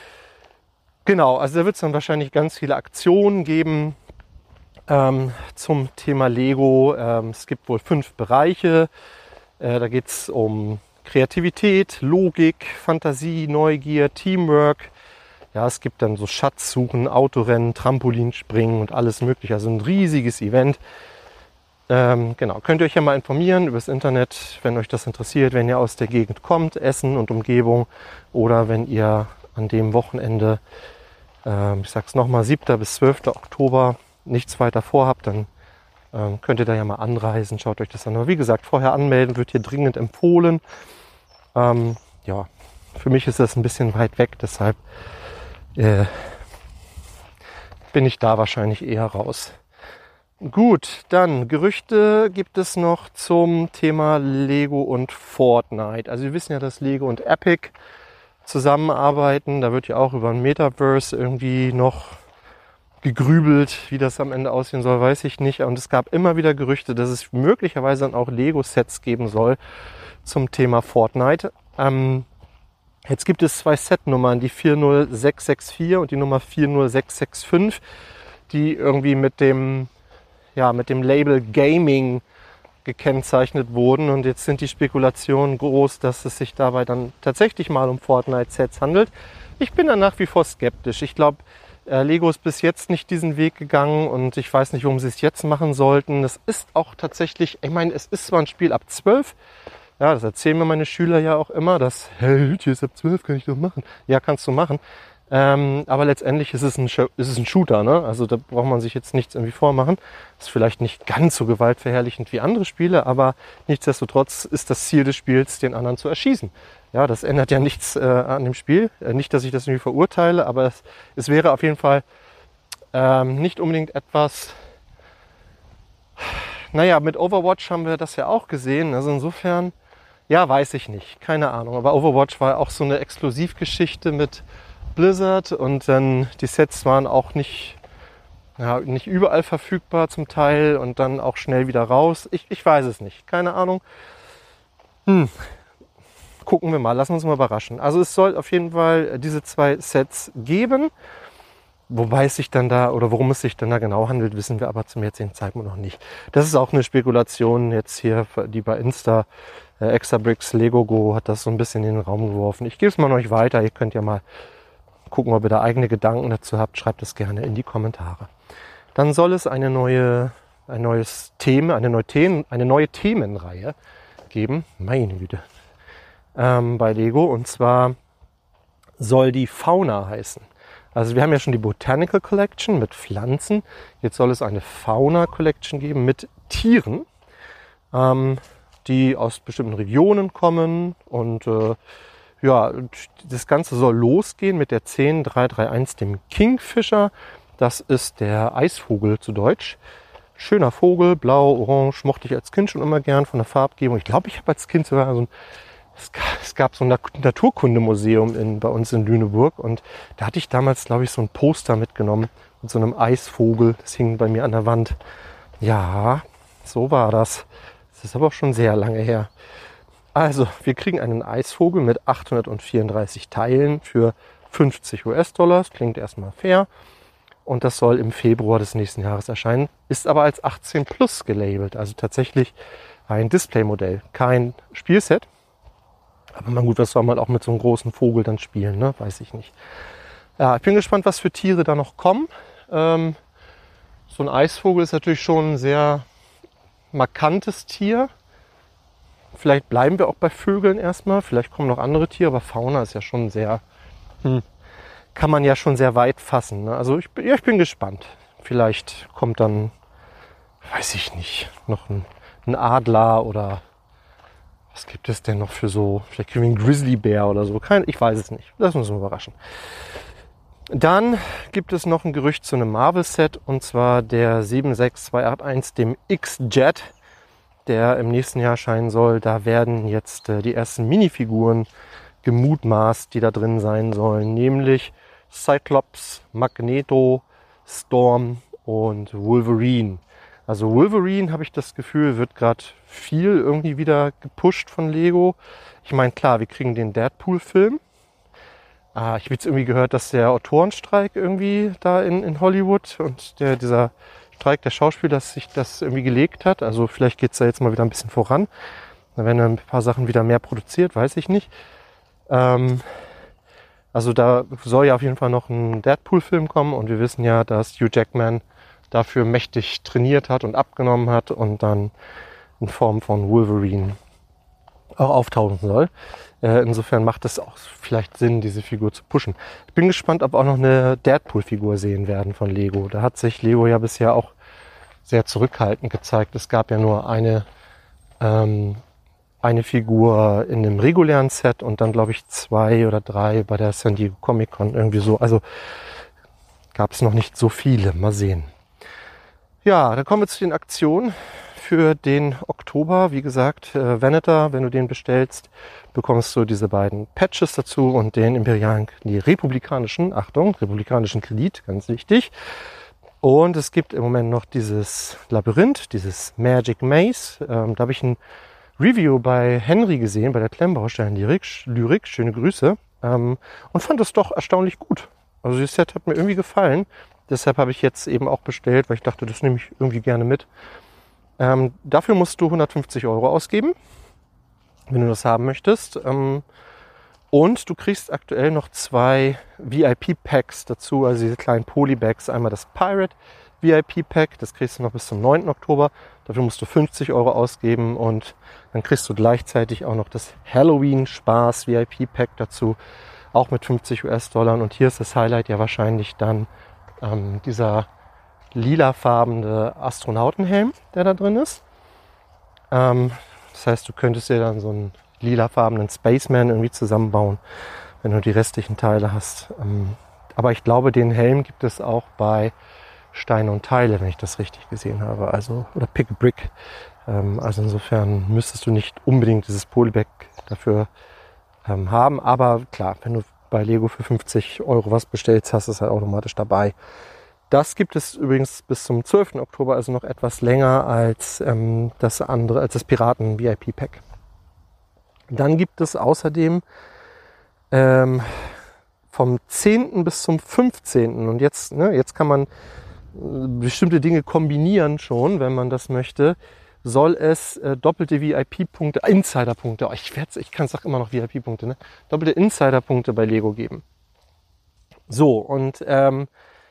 genau, also da wird es dann wahrscheinlich ganz viele Aktionen geben ähm, zum Thema Lego. Ähm, es gibt wohl fünf Bereiche. Äh, da geht es um Kreativität, Logik, Fantasie, Neugier, Teamwork. Ja, es gibt dann so Schatzsuchen, Autorennen, Trampolinspringen und alles mögliche. Also ein riesiges Event. Ähm, genau, könnt ihr euch ja mal informieren über das Internet, wenn euch das interessiert, wenn ihr aus der Gegend kommt, Essen und Umgebung, oder wenn ihr an dem Wochenende, ähm, ich sag's nochmal, siebten bis zwölften Oktober nichts weiter vorhabt, dann ähm, könnt ihr da ja mal anreisen, schaut euch das an. Aber wie gesagt, vorher anmelden wird hier dringend empfohlen. Ähm, ja, für mich ist das ein bisschen weit weg, deshalb äh, bin ich da wahrscheinlich eher raus. Gut, dann Gerüchte gibt es noch zum Thema Lego und Fortnite. Also wir wissen ja, dass Lego und Epic zusammenarbeiten. Da wird ja auch über ein Metaverse irgendwie noch gegrübelt. Wie das am Ende aussehen soll, weiß ich nicht. Und es gab immer wieder Gerüchte, dass es möglicherweise dann auch Lego-Sets geben soll zum Thema Fortnite. Ähm, jetzt gibt es zwei Setnummern, die vier null sechs sechs vier und die Nummer vier null sechs sechs fünf, die irgendwie mit dem ja, mit dem Label Gaming gekennzeichnet wurden. Und jetzt sind die Spekulationen groß, dass es sich dabei dann tatsächlich mal um Fortnite-Sets handelt. Ich bin da nach wie vor skeptisch. Ich glaube, äh, Lego ist bis jetzt nicht diesen Weg gegangen und ich weiß nicht, warum sie es jetzt machen sollten. Das ist auch tatsächlich, ich meine, es ist zwar ein Spiel ab zwölf, ja, das erzählen mir meine Schüler ja auch immer, dass, hey, hier ist ab zwölf, kann ich doch machen. Ja, kannst du machen. Ähm, aber letztendlich ist es, ein, ist es ein Shooter, ne? Also da braucht man sich jetzt nichts irgendwie vormachen. Ist vielleicht nicht ganz so gewaltverherrlichend wie andere Spiele, aber nichtsdestotrotz ist das Ziel des Spiels, den anderen zu erschießen. Ja, das ändert ja nichts äh, an dem Spiel. Äh, nicht, dass ich das irgendwie verurteile, aber es, es wäre auf jeden Fall ähm, nicht unbedingt etwas. Naja, mit Overwatch haben wir das ja auch gesehen. Also insofern, ja, weiß ich nicht. Keine Ahnung. Aber Overwatch war auch so eine Exklusivgeschichte mit Blizzard und dann die Sets waren auch nicht, ja, nicht überall verfügbar zum Teil und dann auch schnell wieder raus. Ich, ich weiß es nicht, keine Ahnung. Hm. Gucken wir mal, lassen wir uns mal überraschen. Also es soll auf jeden Fall diese zwei Sets geben. Wobei es sich dann da, oder worum es sich dann da genau handelt, wissen wir aber zum jetzigen Zeitpunkt noch nicht. Das ist auch eine Spekulation jetzt hier, die bei Insta, äh, Exabricks Lego Go hat das so ein bisschen in den Raum geworfen. Ich gebe es mal an euch weiter, ihr könnt ja mal gucken, ob ihr da eigene Gedanken dazu habt. Schreibt es gerne in die Kommentare. Dann soll es eine neue, ein neues Thema, eine neue, Themen, eine neue Themenreihe geben. Meine Güte. Ähm, bei Lego. Und zwar soll die Fauna heißen. Also wir haben ja schon die Botanical Collection mit Pflanzen. Jetzt soll es eine Fauna Collection geben mit Tieren, ähm, die aus bestimmten Regionen kommen und äh, ja, das Ganze soll losgehen mit der zehn drei drei eins, dem Kingfisher. Das ist der Eisvogel zu Deutsch. Schöner Vogel, blau, orange, mochte ich als Kind schon immer gern von der Farbgebung. Ich glaube, ich habe als Kind sogar so ein, es gab, es gab so ein Naturkundemuseum in, bei uns in Lüneburg und da hatte ich damals, glaube ich, so ein Poster mitgenommen mit so einem Eisvogel. Das hing bei mir an der Wand. Ja, so war das. Das ist aber auch schon sehr lange her. Also, wir kriegen einen Eisvogel mit achthundertvierunddreißig Teilen für fünfzig US-Dollar. Das klingt erstmal fair. Und das soll im Februar des nächsten Jahres erscheinen. Ist aber als achtzehn plus gelabelt. Also tatsächlich ein Displaymodell. Kein Spielset. Aber mal gut, was soll man auch mit so einem großen Vogel dann spielen, ne? Weiß ich nicht. Ja, ich bin gespannt, was für Tiere da noch kommen. Ähm, so ein Eisvogel ist natürlich schon ein sehr markantes Tier. Vielleicht bleiben wir auch bei Vögeln erstmal. Vielleicht kommen noch andere Tiere, aber Fauna ist ja schon sehr, hm, kann man ja schon sehr weit fassen. Ne? Also ich, ja, ich bin gespannt. Vielleicht kommt dann, weiß ich nicht, noch ein, ein Adler oder was gibt es denn noch für so, vielleicht kriegen wir einen Grizzlybär oder so. Kein, ich weiß es nicht. Lass uns mal überraschen. Dann gibt es noch ein Gerücht zu einem Marvel-Set und zwar der sieben sechs zwei acht eins, dem X-Jet, der im nächsten Jahr erscheinen soll. Da werden jetzt äh, die ersten Minifiguren gemutmaßt, die da drin sein sollen. Nämlich Cyclops, Magneto, Storm und Wolverine. Also Wolverine, habe ich das Gefühl, wird gerade viel irgendwie wieder gepusht von Lego. Ich meine, klar, wir kriegen den Deadpool-Film. Ah, ich habe jetzt irgendwie gehört, dass der Autorenstreik irgendwie da in, in Hollywood und der, dieser Streik der Schauspieler sich das irgendwie gelegt hat. Also vielleicht geht es da jetzt mal wieder ein bisschen voran. Da werden dann ein paar Sachen wieder mehr produziert, weiß ich nicht. Ähm, also da soll ja auf jeden Fall noch ein Deadpool-Film kommen und wir wissen ja, dass Hugh Jackman dafür mächtig trainiert hat und abgenommen hat und dann in Form von Wolverine auch auftauchen soll. Äh, insofern macht es auch vielleicht Sinn, diese Figur zu pushen. Ich bin gespannt, ob wir auch noch eine Deadpool-Figur sehen werden von Lego. Da hat sich Lego ja bisher auch sehr zurückhaltend gezeigt. Es gab ja nur eine, ähm, eine Figur in einem regulären Set und dann, glaube ich, zwei oder drei bei der San Diego Comic Con irgendwie so. Also gab es noch nicht so viele. Mal sehen. Ja, dann kommen wir zu den Aktionen für den Oktober. Wie gesagt, äh, Venator, wenn du den bestellst, bekommst du diese beiden Patches dazu und den imperialen, die republikanischen, Achtung, republikanischen Kredit, ganz wichtig. Und es gibt im Moment noch dieses Labyrinth, dieses Magic Maze. Ähm, da habe ich ein Review bei Henry gesehen, bei der Klemmbaustein Lyrik, Lyrik, schöne Grüße, ähm, und fand das doch erstaunlich gut. Also das Set hat mir irgendwie gefallen. Deshalb habe ich jetzt eben auch bestellt, weil ich dachte, das nehme ich irgendwie gerne mit. Ähm, dafür musst du hundertfünfzig Euro ausgeben, wenn du das haben möchtest. Ähm, und du kriegst aktuell noch zwei V I P-Packs dazu, also diese kleinen Polybags. Einmal das Pirate V I P-Pack, das kriegst du noch bis zum neunten Oktober. Dafür musst du fünfzig Euro ausgeben und dann kriegst du gleichzeitig auch noch das Halloween-Spaß V I P-Pack dazu, auch mit fünfzig US-Dollar. Und hier ist das Highlight ja wahrscheinlich dann ähm, dieser lilafarbene Astronautenhelm, der da drin ist. Ähm, das heißt, du könntest dir dann so einen lilafarbenen Spaceman irgendwie zusammenbauen, wenn du die restlichen Teile hast. Ähm, aber ich glaube, den Helm gibt es auch bei Steine und Teile, wenn ich das richtig gesehen habe. Also, oder Pick a Brick. Ähm, also insofern müsstest du nicht unbedingt dieses Polybag dafür ähm, haben. Aber klar, wenn du bei Lego für fünfzig Euro was bestellst, hast du es halt automatisch dabei. Das gibt es übrigens bis zum zwölften Oktober, also noch etwas länger als ähm, das andere, als das Piraten V I P Pack. Dann gibt es außerdem ähm, vom zehnten bis zum fünfzehnten und jetzt, ne, jetzt kann man äh, bestimmte Dinge kombinieren schon, wenn man das möchte, soll es äh, doppelte V I P-Punkte, Insider-Punkte, oh, ich, werd's, ich kann es auch immer noch V I P-Punkte, ne? Doppelte Insider-Punkte bei Lego geben. So, und ähm,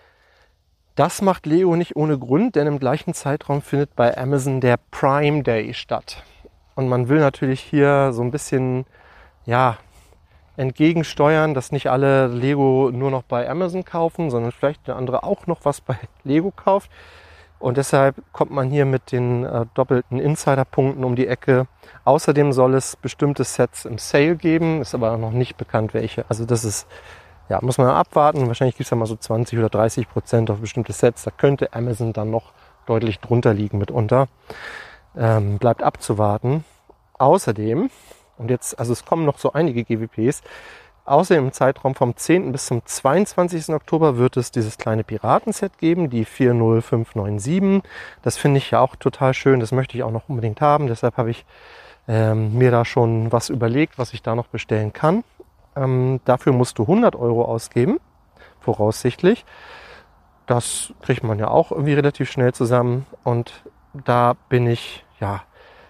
das macht Lego nicht ohne Grund, denn im gleichen Zeitraum findet bei Amazon der Prime Day statt. Und man will natürlich hier so ein bisschen, ja, entgegensteuern, dass nicht alle Lego nur noch bei Amazon kaufen, sondern vielleicht der andere auch noch was bei Lego kauft. Und deshalb kommt man hier mit den äh, doppelten Insider-Punkten um die Ecke. Außerdem soll es bestimmte Sets im Sale geben, ist aber noch nicht bekannt welche. Also das ist, ja, muss man abwarten. Wahrscheinlich gibt es ja mal so zwanzig oder dreißig Prozent auf bestimmte Sets. Da könnte Amazon dann noch deutlich drunter liegen mitunter. Ähm, bleibt abzuwarten. Außerdem, und jetzt, also es kommen noch so einige G W Ps, außerdem im Zeitraum vom zehnten bis zum zweiundzwanzigsten Oktober wird es dieses kleine Piratenset geben, die vier null fünf neun sieben. Das finde ich ja auch total schön, das möchte ich auch noch unbedingt haben. Deshalb habe ich ähm, mir da schon was überlegt, was ich da noch bestellen kann. Ähm, dafür musst du hundert Euro ausgeben, voraussichtlich. Das kriegt man ja auch irgendwie relativ schnell zusammen. Und da bin ich, ja,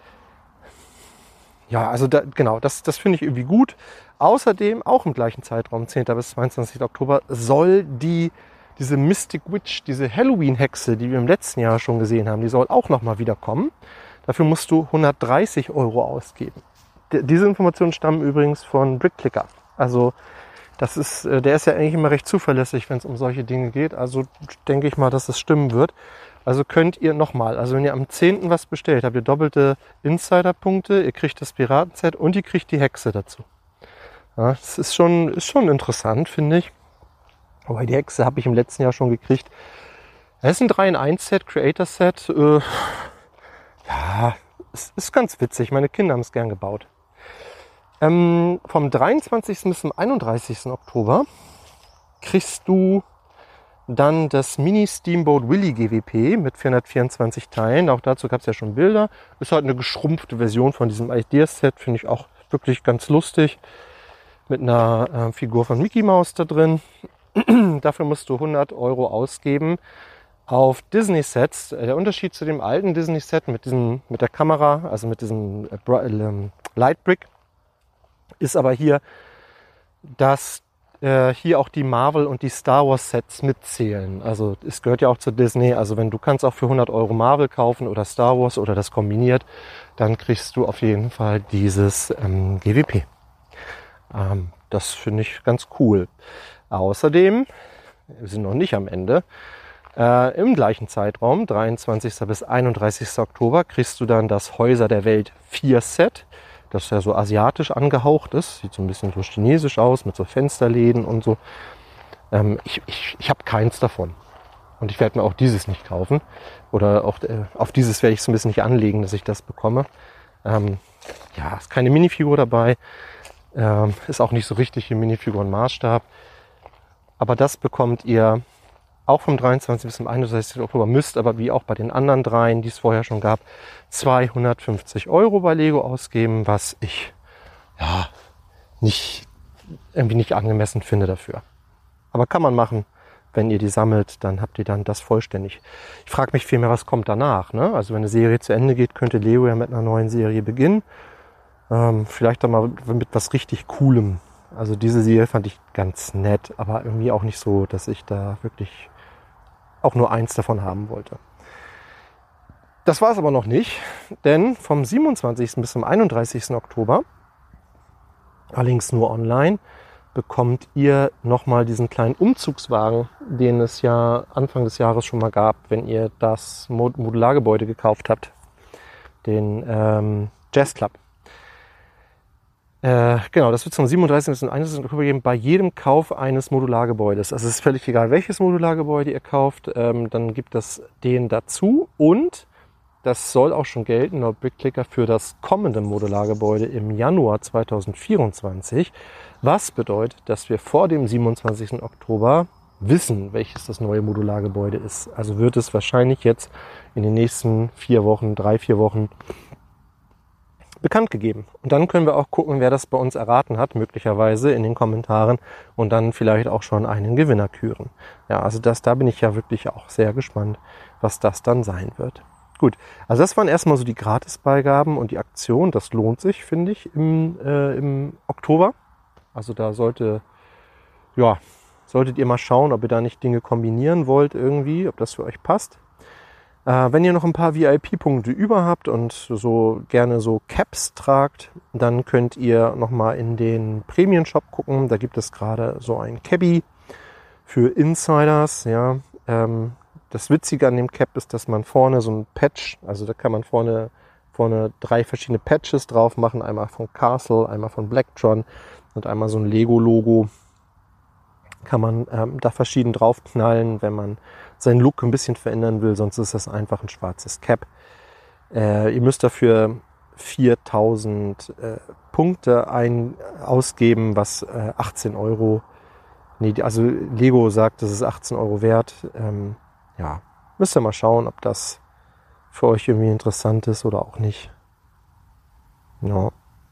ja, also da, genau, das, das finde ich irgendwie gut. Außerdem, auch im gleichen Zeitraum, zehnten bis zweiundzwanzigsten Oktober, soll die, diese Mystic Witch, diese Halloween-Hexe, die wir im letzten Jahr schon gesehen haben, die soll auch nochmal wiederkommen. Dafür musst du hundertdreißig Euro ausgeben. D- diese Informationen stammen übrigens von Brickclicker. Also das ist, der ist ja eigentlich immer recht zuverlässig, wenn es um solche Dinge geht. Also denke ich mal, dass das stimmen wird. Also könnt ihr nochmal, also wenn ihr am zehnten was bestellt, habt ihr doppelte Insider-Punkte, ihr kriegt das Piratenset und ihr kriegt die Hexe dazu. Ja, das ist schon, ist schon interessant, finde ich. Aber die Hexe habe ich im letzten Jahr schon gekriegt. Das ist ein drei in eins Set, Creator-Set. Äh, ja, es ist ganz witzig. Meine Kinder haben es gern gebaut. Ähm, vom dreiundzwanzigsten bis zum einunddreißigsten Oktober kriegst du dann das Mini Steamboat Willy G W P mit vierhundertvierundzwanzig Teilen. Auch dazu gab es ja schon Bilder. Ist halt eine geschrumpfte Version von diesem Ideas-Set. Finde ich auch wirklich ganz lustig. Mit einer äh, Figur von Mickey Mouse da drin. Dafür musst du hundert Euro ausgeben. Auf Disney-Sets, der Unterschied zu dem alten Disney-Set mit, diesem, mit der Kamera, also mit diesem äh, Lightbrick, ist aber hier, dass äh, hier auch die Marvel- und die Star Wars-Sets mitzählen. Also es gehört ja auch zu Disney. Also wenn du kannst auch für hundert Euro Marvel kaufen oder Star Wars oder das kombiniert, dann kriegst du auf jeden Fall dieses ähm, G W P. Ähm, das finde ich ganz cool. Außerdem, wir sind noch nicht am Ende, Äh, im gleichen Zeitraum, dreiundzwanzigsten bis einunddreißigsten Oktober, kriegst du dann das Häuser der Welt vier Set, das ja so asiatisch angehaucht ist. Sieht so ein bisschen so chinesisch aus, mit so Fensterläden und so. Ähm, ich ich, ich habe keins davon. Und ich werde mir auch dieses nicht kaufen. Oder auch, äh, auf dieses werde ich so ein bisschen nicht anlegen, dass ich das bekomme. Ähm, ja, ist keine Minifigur dabei. Ähm, ist auch nicht so richtig im Minifigurenmaßstab. Aber das bekommt ihr auch vom dreiundzwanzigsten bis zum einunddreißigsten Oktober, müsst aber wie auch bei den anderen dreien, die es vorher schon gab, zweihundertfünfzig Euro bei Lego ausgeben, was ich ja nicht irgendwie nicht angemessen finde dafür. Aber kann man machen, wenn ihr die sammelt, dann habt ihr dann das vollständig. Ich frage mich vielmehr, was kommt danach, ne? Also wenn eine Serie zu Ende geht, könnte Lego ja mit einer neuen Serie beginnen. Ähm, vielleicht dann mal mit was richtig Coolem. Also diese Serie fand ich ganz nett, aber irgendwie auch nicht so, dass ich da wirklich auch nur eins davon haben wollte. Das war es aber noch nicht, denn vom siebenundzwanzigsten bis zum einunddreißigsten Oktober, allerdings nur online, bekommt ihr nochmal diesen kleinen Umzugswagen, den es ja Anfang des Jahres schon mal gab, wenn ihr das Modulargebäude gekauft habt, den ähm, Jazz Club. Äh, genau, das wird zum siebenunddreißigsten bis zum einunddreißigsten Oktober geben bei jedem Kauf eines Modulargebäudes. Also es ist völlig egal, welches Modulargebäude ihr kauft, ähm, dann gibt es den dazu und das soll auch schon gelten, laut BrickClicker, für das kommende Modulargebäude im Januar zweitausendvierundzwanzig. Was bedeutet, dass wir vor dem siebenundzwanzigsten Oktober wissen, welches das neue Modulargebäude ist. Also wird es wahrscheinlich jetzt in den nächsten vier Wochen, drei, vier Wochen bekannt gegeben. Und dann können wir auch gucken, wer das bei uns erraten hat, möglicherweise in den Kommentaren und dann vielleicht auch schon einen Gewinner küren. Ja, also das, da bin ich ja wirklich auch sehr gespannt, was das dann sein wird. Gut, also das waren erstmal so die Gratisbeigaben und die Aktion. Das lohnt sich, finde ich, im, äh, im Oktober. Also da sollte, ja, solltet ihr mal schauen, ob ihr da nicht Dinge kombinieren wollt irgendwie, ob das für euch passt. Äh, wenn ihr noch ein paar V I P-Punkte über habt und so gerne so Caps tragt, dann könnt ihr nochmal in den Premium-Shop gucken. Da gibt es gerade so ein Cabby für Insiders. Ja. Ähm, das Witzige an dem Cap ist, dass man vorne so ein Patch, also da kann man vorne, vorne drei verschiedene Patches drauf machen. Einmal von Castle, einmal von Blacktron und einmal so ein Lego-Logo. Kann man ähm, da verschieden draufknallen, wenn man seinen Look ein bisschen verändern will, sonst ist das einfach ein schwarzes Cap. Äh, ihr müsst dafür viertausend äh, Punkte ein, ausgeben, was äh, achtzehn Euro, nee, also Lego sagt, das ist achtzehn Euro wert. Ähm, ja, müsst ihr mal schauen, ob das für euch irgendwie interessant ist oder auch nicht. Ja.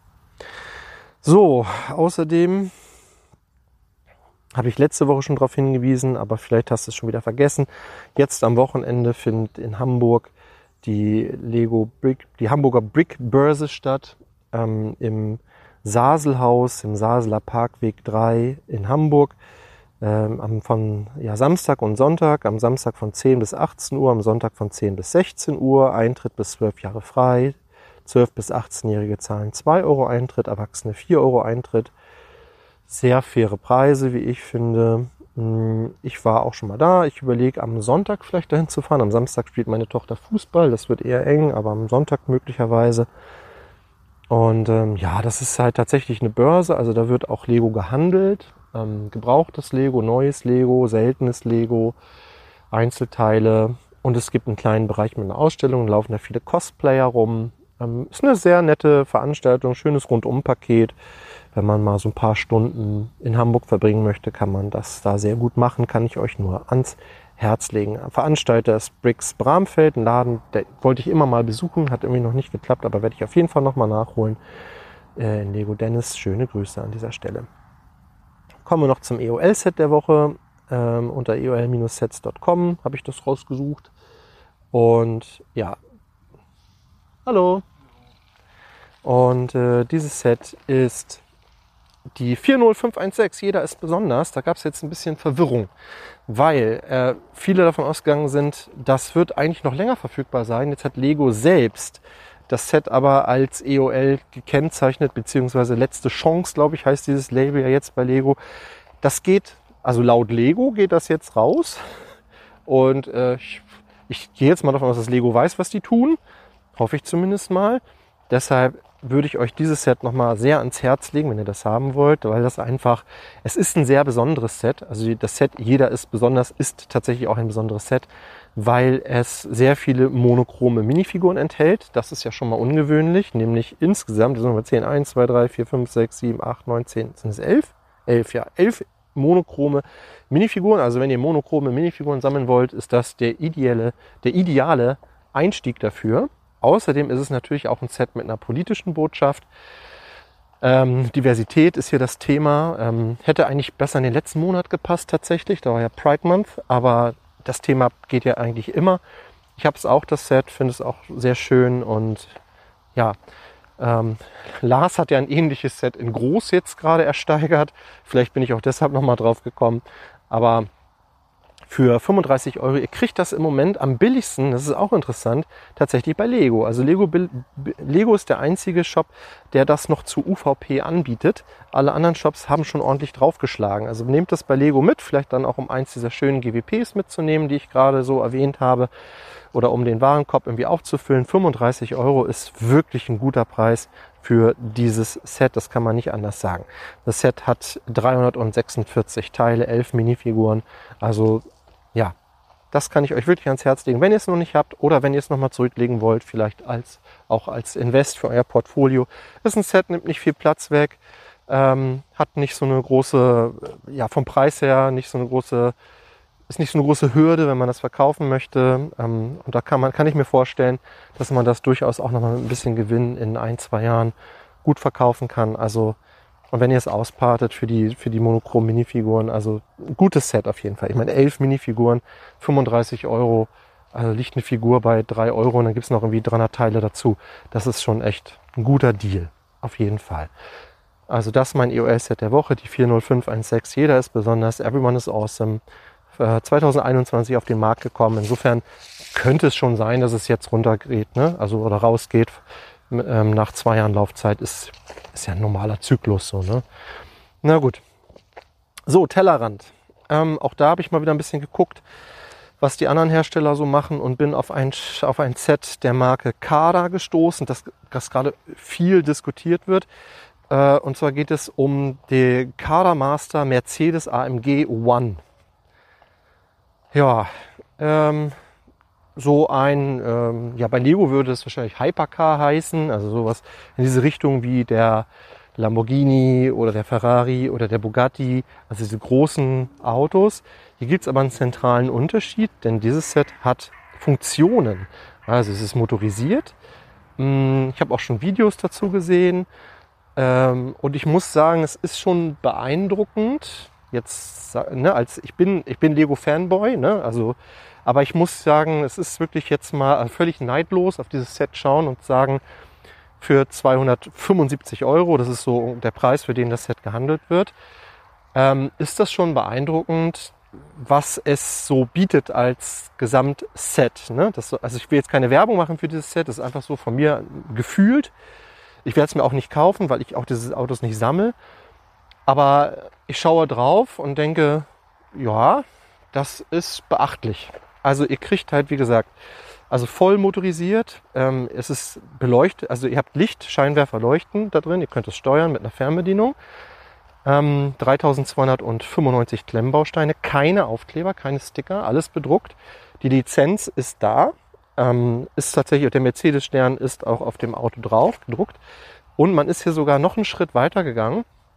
So, außerdem habe ich letzte Woche schon darauf hingewiesen, aber vielleicht hast du es schon wieder vergessen. Jetzt am Wochenende findet in Hamburg die Lego Brick, die Hamburger Brick Börse statt, ähm, im Saselhaus, im Saseler Parkweg drei in Hamburg, ähm, von ja, Samstag und Sonntag, am Samstag von zehn bis achtzehn Uhr, am Sonntag von zehn bis sechzehn Uhr, Eintritt bis zwölf Jahre frei, zwölf bis achtzehnjährige zahlen zwei Euro Eintritt, Erwachsene vier Euro Eintritt. Sehr faire Preise, wie ich finde. Ich war auch schon mal da. Ich überlege, am Sonntag vielleicht dahin zu fahren. Am Samstag spielt meine Tochter Fußball. Das wird eher eng, aber am Sonntag möglicherweise. Und ähm, ja, das ist halt tatsächlich eine Börse. Also da wird auch Lego gehandelt. Ähm, gebrauchtes Lego, neues Lego, seltenes Lego, Einzelteile. Und es gibt einen kleinen Bereich mit einer Ausstellung. Da laufen da viele Cosplayer rum. Ähm, ist eine sehr nette Veranstaltung, schönes Rundum-Paket. wenn man mal so ein paar Stunden in Hamburg verbringen möchte, kann man das da sehr gut machen, kann ich euch nur ans Herz legen. Veranstalter ist Bricks Bramfeld, ein Laden, der wollte ich immer mal besuchen, hat irgendwie noch nicht geklappt, aber werde ich auf jeden Fall nochmal nachholen. Äh, in Lego Dennis, schöne Grüße an dieser Stelle. Kommen wir noch zum E O L-Set der Woche. Ähm, unter e o l Bindestrich sets Punkt com habe ich das rausgesucht. Und ja, hallo. Und äh, dieses Set ist die vier null fünf eins sechs. Jeder ist besonders. Da gab es jetzt ein bisschen Verwirrung, weil äh, viele davon ausgegangen sind, das wird eigentlich noch länger verfügbar sein. Jetzt hat Lego selbst das Set aber als E O L gekennzeichnet, beziehungsweise letzte Chance, glaube ich, heißt dieses Label ja jetzt bei Lego. Das geht, also laut Lego geht das jetzt raus. Und äh, ich, ich gehe jetzt mal davon aus, dass Lego weiß, was die tun. Hoffe ich zumindest mal. Deshalb würde ich euch dieses Set nochmal sehr ans Herz legen, wenn ihr das haben wollt, weil das einfach, es ist ein sehr besonderes Set. Also das Set Jeder ist besonders ist tatsächlich auch ein besonderes Set, weil es sehr viele monochrome Minifiguren enthält. Das ist ja schon mal ungewöhnlich, nämlich insgesamt, das sind wir zehn, eins, zwei, drei, vier, fünf, sechs, sieben, acht, neun, zehn, sind es elf? elf, ja, elf monochrome Minifiguren. Also wenn ihr monochrome Minifiguren sammeln wollt, ist das der ideale, der ideale Einstieg dafür. Außerdem ist es natürlich auch ein Set mit einer politischen Botschaft. Ähm, Diversität ist hier das Thema. Ähm, hätte eigentlich besser in den letzten Monat gepasst tatsächlich. Da war ja Pride Month, aber das Thema geht ja eigentlich immer. Ich habe es auch, das Set, finde es auch sehr schön. Und ja, ähm, Lars hat ja ein ähnliches Set in groß jetzt gerade ersteigert. Vielleicht bin ich auch deshalb nochmal drauf gekommen. Aber für fünfunddreißig Euro, ihr kriegt das im Moment am billigsten, das ist auch interessant, tatsächlich bei Lego. Also Lego, Lego ist der einzige Shop, der das noch zu U V P anbietet. Alle anderen Shops haben schon ordentlich draufgeschlagen. Also nehmt das bei Lego mit, vielleicht dann auch um eins dieser schönen G W Ps mitzunehmen, die ich gerade so erwähnt habe, oder um den Warenkorb irgendwie aufzufüllen. fünfunddreißig Euro ist wirklich ein guter Preis für dieses Set, das kann man nicht anders sagen. Das Set hat dreihundertsechsundvierzig Teile, elf Minifiguren, also ja, das kann ich euch wirklich ans Herz legen, wenn ihr es noch nicht habt oder wenn ihr es nochmal zurücklegen wollt, vielleicht als auch als Invest für euer Portfolio. Das ist ein Set, nimmt nicht viel Platz weg, ähm, hat nicht so eine große, ja vom Preis her nicht so eine große, ist nicht so eine große Hürde, wenn man das verkaufen möchte. Ähm, und da kann man, kann ich mir vorstellen, dass man das durchaus auch nochmal mit ein bisschen Gewinn in ein, zwei Jahren gut verkaufen kann. Also und wenn ihr es auspartet für die, für die monochromen Minifiguren, also ein gutes Set auf jeden Fall. Ich meine, elf Minifiguren, fünfunddreißig Euro, also liegt eine Figur bei drei Euro und dann gibt es noch irgendwie dreihundert Teile dazu. Das ist schon echt ein guter Deal, auf jeden Fall. Also das ist mein E O L-Set der Woche, die vier null fünf eins sechs. Jeder ist besonders, everyone is awesome. zwanzig einundzwanzig auf den Markt gekommen. Insofern könnte es schon sein, dass es jetzt runtergeht, ne? Also oder rausgeht. Ähm, nach zwei Jahren Laufzeit ist, ist ja ein normaler Zyklus so, ne? Na gut. So, Tellerrand. Ähm, auch da habe ich mal wieder ein bisschen geguckt, was die anderen Hersteller so machen und bin auf ein, auf ein Set der Marke Kada gestoßen, das, das gerade viel diskutiert wird. Äh, und zwar geht es um die Kada Master Mercedes A M G One. Ja, ähm, so ein, ähm, ja bei Lego würde es wahrscheinlich Hypercar heißen, also sowas in diese Richtung wie der Lamborghini oder der Ferrari oder der Bugatti, also diese großen Autos. Hier gibt es aber einen zentralen Unterschied, denn dieses Set hat Funktionen. Also es ist motorisiert. Ich habe auch schon Videos dazu gesehen und ich muss sagen, es ist schon beeindruckend. Jetzt, ne, als ich bin, ich bin Lego-Fanboy, ne, also, aber ich muss sagen, es ist wirklich jetzt mal völlig neidlos auf dieses Set schauen und sagen, für zweihundertfünfundsiebzig Euro, das ist so der Preis, für den das Set gehandelt wird, ähm, ist das schon beeindruckend, was es so bietet als Gesamtset. Ne? Das, also ich will jetzt keine Werbung machen für dieses Set, das ist einfach so von mir gefühlt. Ich werde es mir auch nicht kaufen, weil ich auch diese Autos nicht sammle. Aber ich schaue drauf und denke, ja, das ist beachtlich. Also ihr kriegt halt, wie gesagt, also voll motorisiert. Ähm, es ist beleuchtet, also ihr habt Licht, Scheinwerfer leuchten da drin. Ihr könnt es steuern mit einer Fernbedienung. Ähm, dreitausendzweihundertfünfundneunzig Klemmbausteine, keine Aufkleber, keine Sticker, alles bedruckt. Die Lizenz ist da. Ähm, ist tatsächlich, der Mercedes-Stern ist auch auf dem Auto drauf gedruckt. Und man ist hier sogar noch einen Schritt weiter gegangen.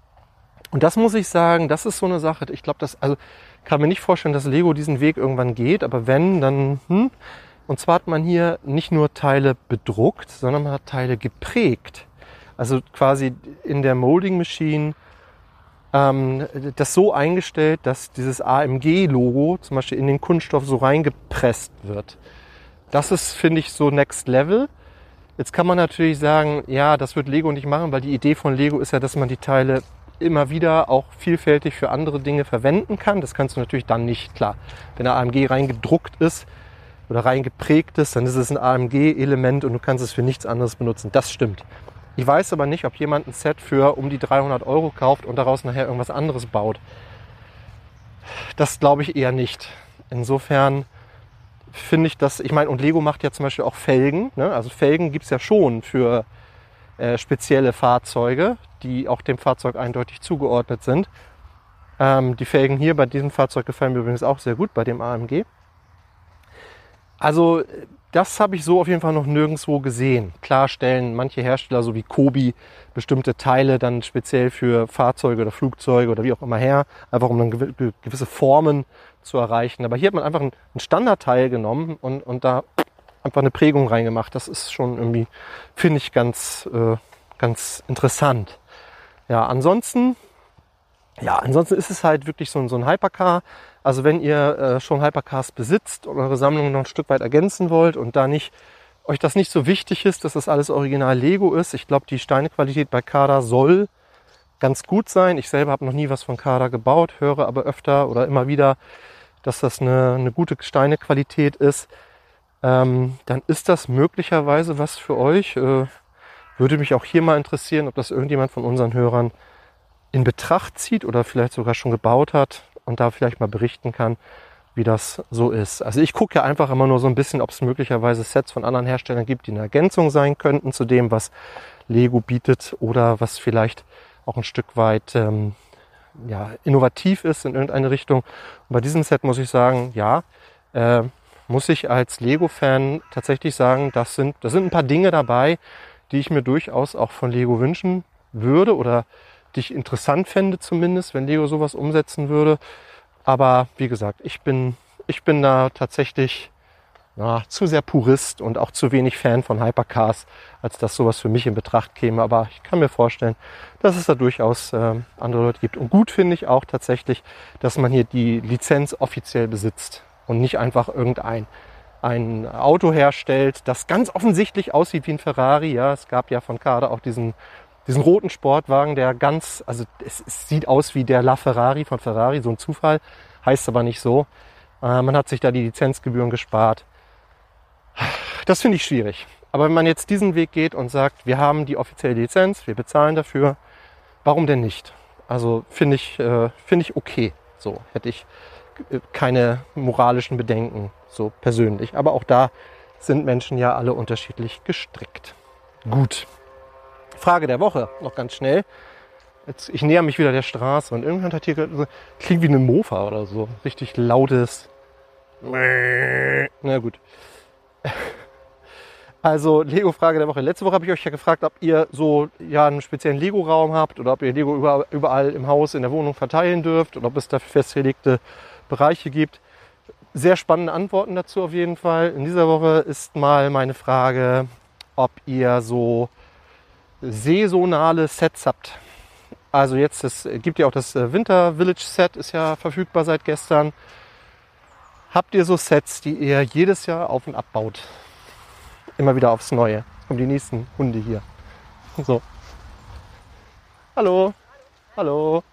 Und das muss ich sagen, das ist so eine Sache. Ich glaube, das, also kann mir nicht vorstellen, dass Lego diesen Weg irgendwann geht, aber wenn, dann, hm. Und zwar hat man hier nicht nur Teile bedruckt, sondern man hat Teile geprägt. Also quasi in der Molding Machine ähm, das so eingestellt, dass dieses A M G-Logo zum Beispiel in den Kunststoff so reingepresst wird. Das ist, finde ich, so Next Level. Jetzt kann man natürlich sagen, ja, das wird Lego nicht machen, weil die Idee von Lego ist ja, dass man die Teile immer wieder auch vielfältig für andere Dinge verwenden kann. Das kannst du natürlich dann nicht, klar. Wenn der A M G reingedruckt ist oder reingeprägt ist, dann ist es ein A M G-Element und du kannst es für nichts anderes benutzen. Das stimmt. Ich weiß aber nicht, ob jemand ein Set für um die dreihundert Euro kauft und daraus nachher irgendwas anderes baut. Das glaube ich eher nicht. Insofern finde ich das, ich meine, und Lego macht ja zum Beispiel auch Felgen. Ne? Also Felgen gibt es ja schon für äh, spezielle Fahrzeuge, die auch dem Fahrzeug eindeutig zugeordnet sind. Ähm, die Felgen hier bei diesem Fahrzeug gefallen mir übrigens auch sehr gut, bei dem A M G. Also das habe ich so auf jeden Fall noch nirgendwo gesehen. Klar stellen manche Hersteller, so wie Kobi, bestimmte Teile dann speziell für Fahrzeuge oder Flugzeuge oder wie auch immer her, einfach um dann gewisse Formen zu erreichen. Aber hier hat man einfach ein Standardteil genommen und, und da einfach eine Prägung reingemacht. Das ist schon irgendwie, finde ich, ganz, äh, ganz interessant. Ja, ansonsten, ja, ansonsten ist es halt wirklich so ein, so ein Hypercar. Also wenn ihr äh, schon Hypercars besitzt und eure Sammlung noch ein Stück weit ergänzen wollt und da nicht euch das nicht so wichtig ist, dass das alles original Lego ist. Ich glaube, die Steinequalität bei Kada soll ganz gut sein. Ich selber habe noch nie was von Kada gebaut, höre aber öfter oder immer wieder, dass das eine, eine gute Steinequalität ist. Ähm, dann ist das möglicherweise was für euch. Äh, würde mich auch hier mal interessieren, ob das irgendjemand von unseren Hörern in Betracht zieht oder vielleicht sogar schon gebaut hat und da vielleicht mal berichten kann, wie das so ist. Also ich gucke ja einfach immer nur so ein bisschen, ob es möglicherweise Sets von anderen Herstellern gibt, die eine Ergänzung sein könnten zu dem, was Lego bietet oder was vielleicht auch ein Stück weit ähm, ja, innovativ ist in irgendeine Richtung. Und bei diesem Set muss ich sagen, ja, äh, muss ich als Lego-Fan tatsächlich sagen, das sind, das sind ein paar Dinge dabei, die ich mir durchaus auch von Lego wünschen würde oder die ich interessant fände zumindest, wenn Lego sowas umsetzen würde. Aber wie gesagt, ich bin, ich bin da tatsächlich na, zu sehr Purist und auch zu wenig Fan von Hypercars, als dass sowas für mich in Betracht käme. Aber ich kann mir vorstellen, dass es da durchaus äh, andere Leute gibt. Und gut finde ich auch tatsächlich, dass man hier die Lizenz offiziell besitzt und nicht einfach irgendein ein Auto herstellt, das ganz offensichtlich aussieht wie ein Ferrari. Ja, es gab ja von Kada auch diesen Diesen roten Sportwagen, der ganz, also es, es sieht aus wie der LaFerrari von Ferrari, so ein Zufall, heißt aber nicht so. Äh, man hat sich da die Lizenzgebühren gespart. Das finde ich schwierig. Aber wenn man jetzt diesen Weg geht und sagt, wir haben die offizielle Lizenz, wir bezahlen dafür, warum denn nicht? Also finde ich, äh, finde ich okay. So hätte ich keine moralischen Bedenken, so persönlich. Aber auch da sind Menschen ja alle unterschiedlich gestrickt. Gut. Frage der Woche, noch ganz schnell. Jetzt, ich näher mich wieder der Straße und irgendjemand hat hier so, klingt wie eine Mofa oder so. Richtig lautes. Na gut. Also Lego-Frage der Woche. Letzte Woche habe ich euch ja gefragt, ob ihr so ja einen speziellen Lego-Raum habt oder ob ihr Lego überall, überall im Haus, in der Wohnung verteilen dürft oder ob es dafür festgelegte Bereiche gibt. Sehr spannende Antworten dazu auf jeden Fall. In dieser Woche ist mal meine Frage, ob ihr so saisonale Sets habt. Also jetzt, es gibt ja auch das Winter Village Set, ist ja verfügbar seit gestern. Habt ihr so Sets, die ihr jedes Jahr auf und abbaut? Immer wieder aufs Neue. Jetzt kommen die nächsten Hunde hier. So. Hallo. Hallo.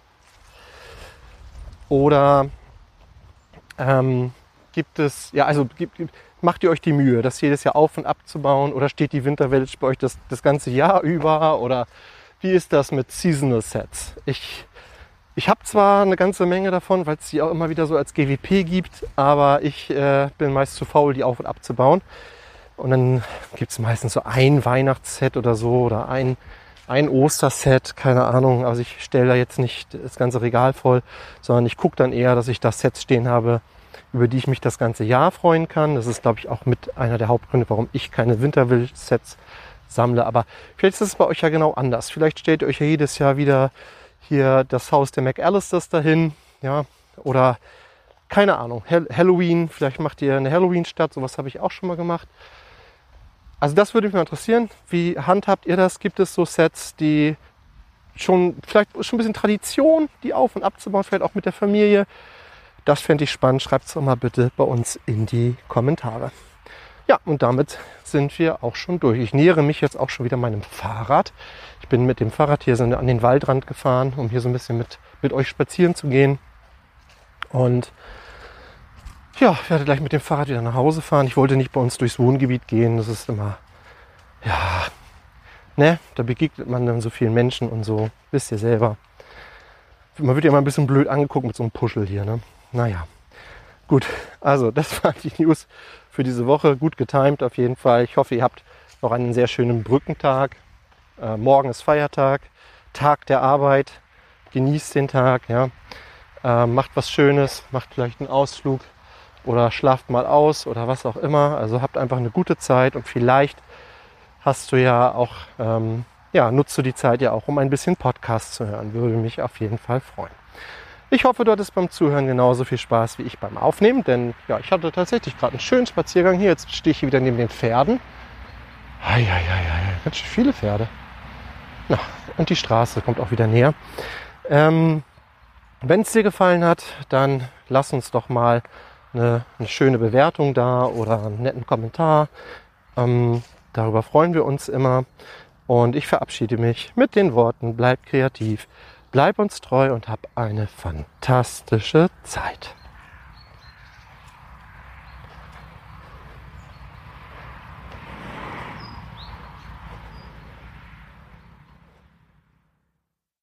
Oder ähm, gibt es, ja, also gibt, gibt, macht ihr euch die Mühe, das jedes Jahr auf und abzubauen? Oder steht die Winter Village bei euch das, das ganze Jahr über? Oder wie ist das mit Seasonal Sets? Ich, ich habe zwar eine ganze Menge davon, weil es die auch immer wieder so als G W P gibt, aber ich äh, bin meist zu faul, die auf und abzubauen. Und dann gibt es meistens so ein Weihnachtsset oder so oder ein, ein Osterset, keine Ahnung. Also ich stelle da jetzt nicht das ganze Regal voll, sondern ich gucke dann eher, dass ich da Sets stehen habe, über die ich mich das ganze Jahr freuen kann. Das ist, glaube ich, auch mit einer der Hauptgründe, warum ich keine Winter Village Sets sammle. Aber vielleicht ist es bei euch ja genau anders. Vielleicht stellt ihr euch ja jedes Jahr wieder hier das Haus der McAllisters dahin, ja, oder keine Ahnung, Halloween, vielleicht macht ihr eine Halloween-Stadt, sowas habe ich auch schon mal gemacht. Also das würde mich mal interessieren, wie handhabt ihr das? Gibt es so Sets, die schon, vielleicht schon ein bisschen Tradition, die auf- und abzubauen, vielleicht auch mit der Familie? Das fände ich spannend, schreibt es doch mal bitte bei uns in die Kommentare. Ja, und damit sind wir auch schon durch. Ich nähere mich jetzt auch schon wieder meinem Fahrrad. Ich bin mit dem Fahrrad hier so an den Waldrand gefahren, um hier so ein bisschen mit, mit euch spazieren zu gehen. Und ja, ich werde gleich mit dem Fahrrad wieder nach Hause fahren. Ich wollte nicht bei uns durchs Wohngebiet gehen. Das ist immer, ja, ne, da begegnet man dann so vielen Menschen und so. Wisst ihr selber. Man wird ja immer ein bisschen blöd angeguckt mit so einem Puschel hier, ne? Naja, gut. Also, das waren die News für diese Woche. Gut getimed auf jeden Fall. Ich hoffe, ihr habt noch einen sehr schönen Brückentag. Äh, morgen ist Feiertag, Tag der Arbeit. Genießt den Tag, ja. Äh, macht was Schönes, macht vielleicht einen Ausflug oder schlaft mal aus oder was auch immer. Also habt einfach eine gute Zeit und vielleicht hast du ja auch, ähm, ja, nutzt du die Zeit ja auch, um ein bisschen Podcast zu hören. Würde mich auf jeden Fall freuen. Ich hoffe, du hattest beim Zuhören genauso viel Spaß wie ich beim Aufnehmen, denn ja, ich hatte tatsächlich gerade einen schönen Spaziergang hier. Jetzt stehe ich hier wieder neben den Pferden. Eieiei, ganz schön viele Pferde. Na, und die Straße kommt auch wieder näher. Ähm, Wenn es dir gefallen hat, dann lass uns doch mal eine, eine schöne Bewertung da oder einen netten Kommentar. Ähm, darüber freuen wir uns immer. Und ich verabschiede mich mit den Worten: Bleib kreativ, bleib uns treu und hab eine fantastische Zeit.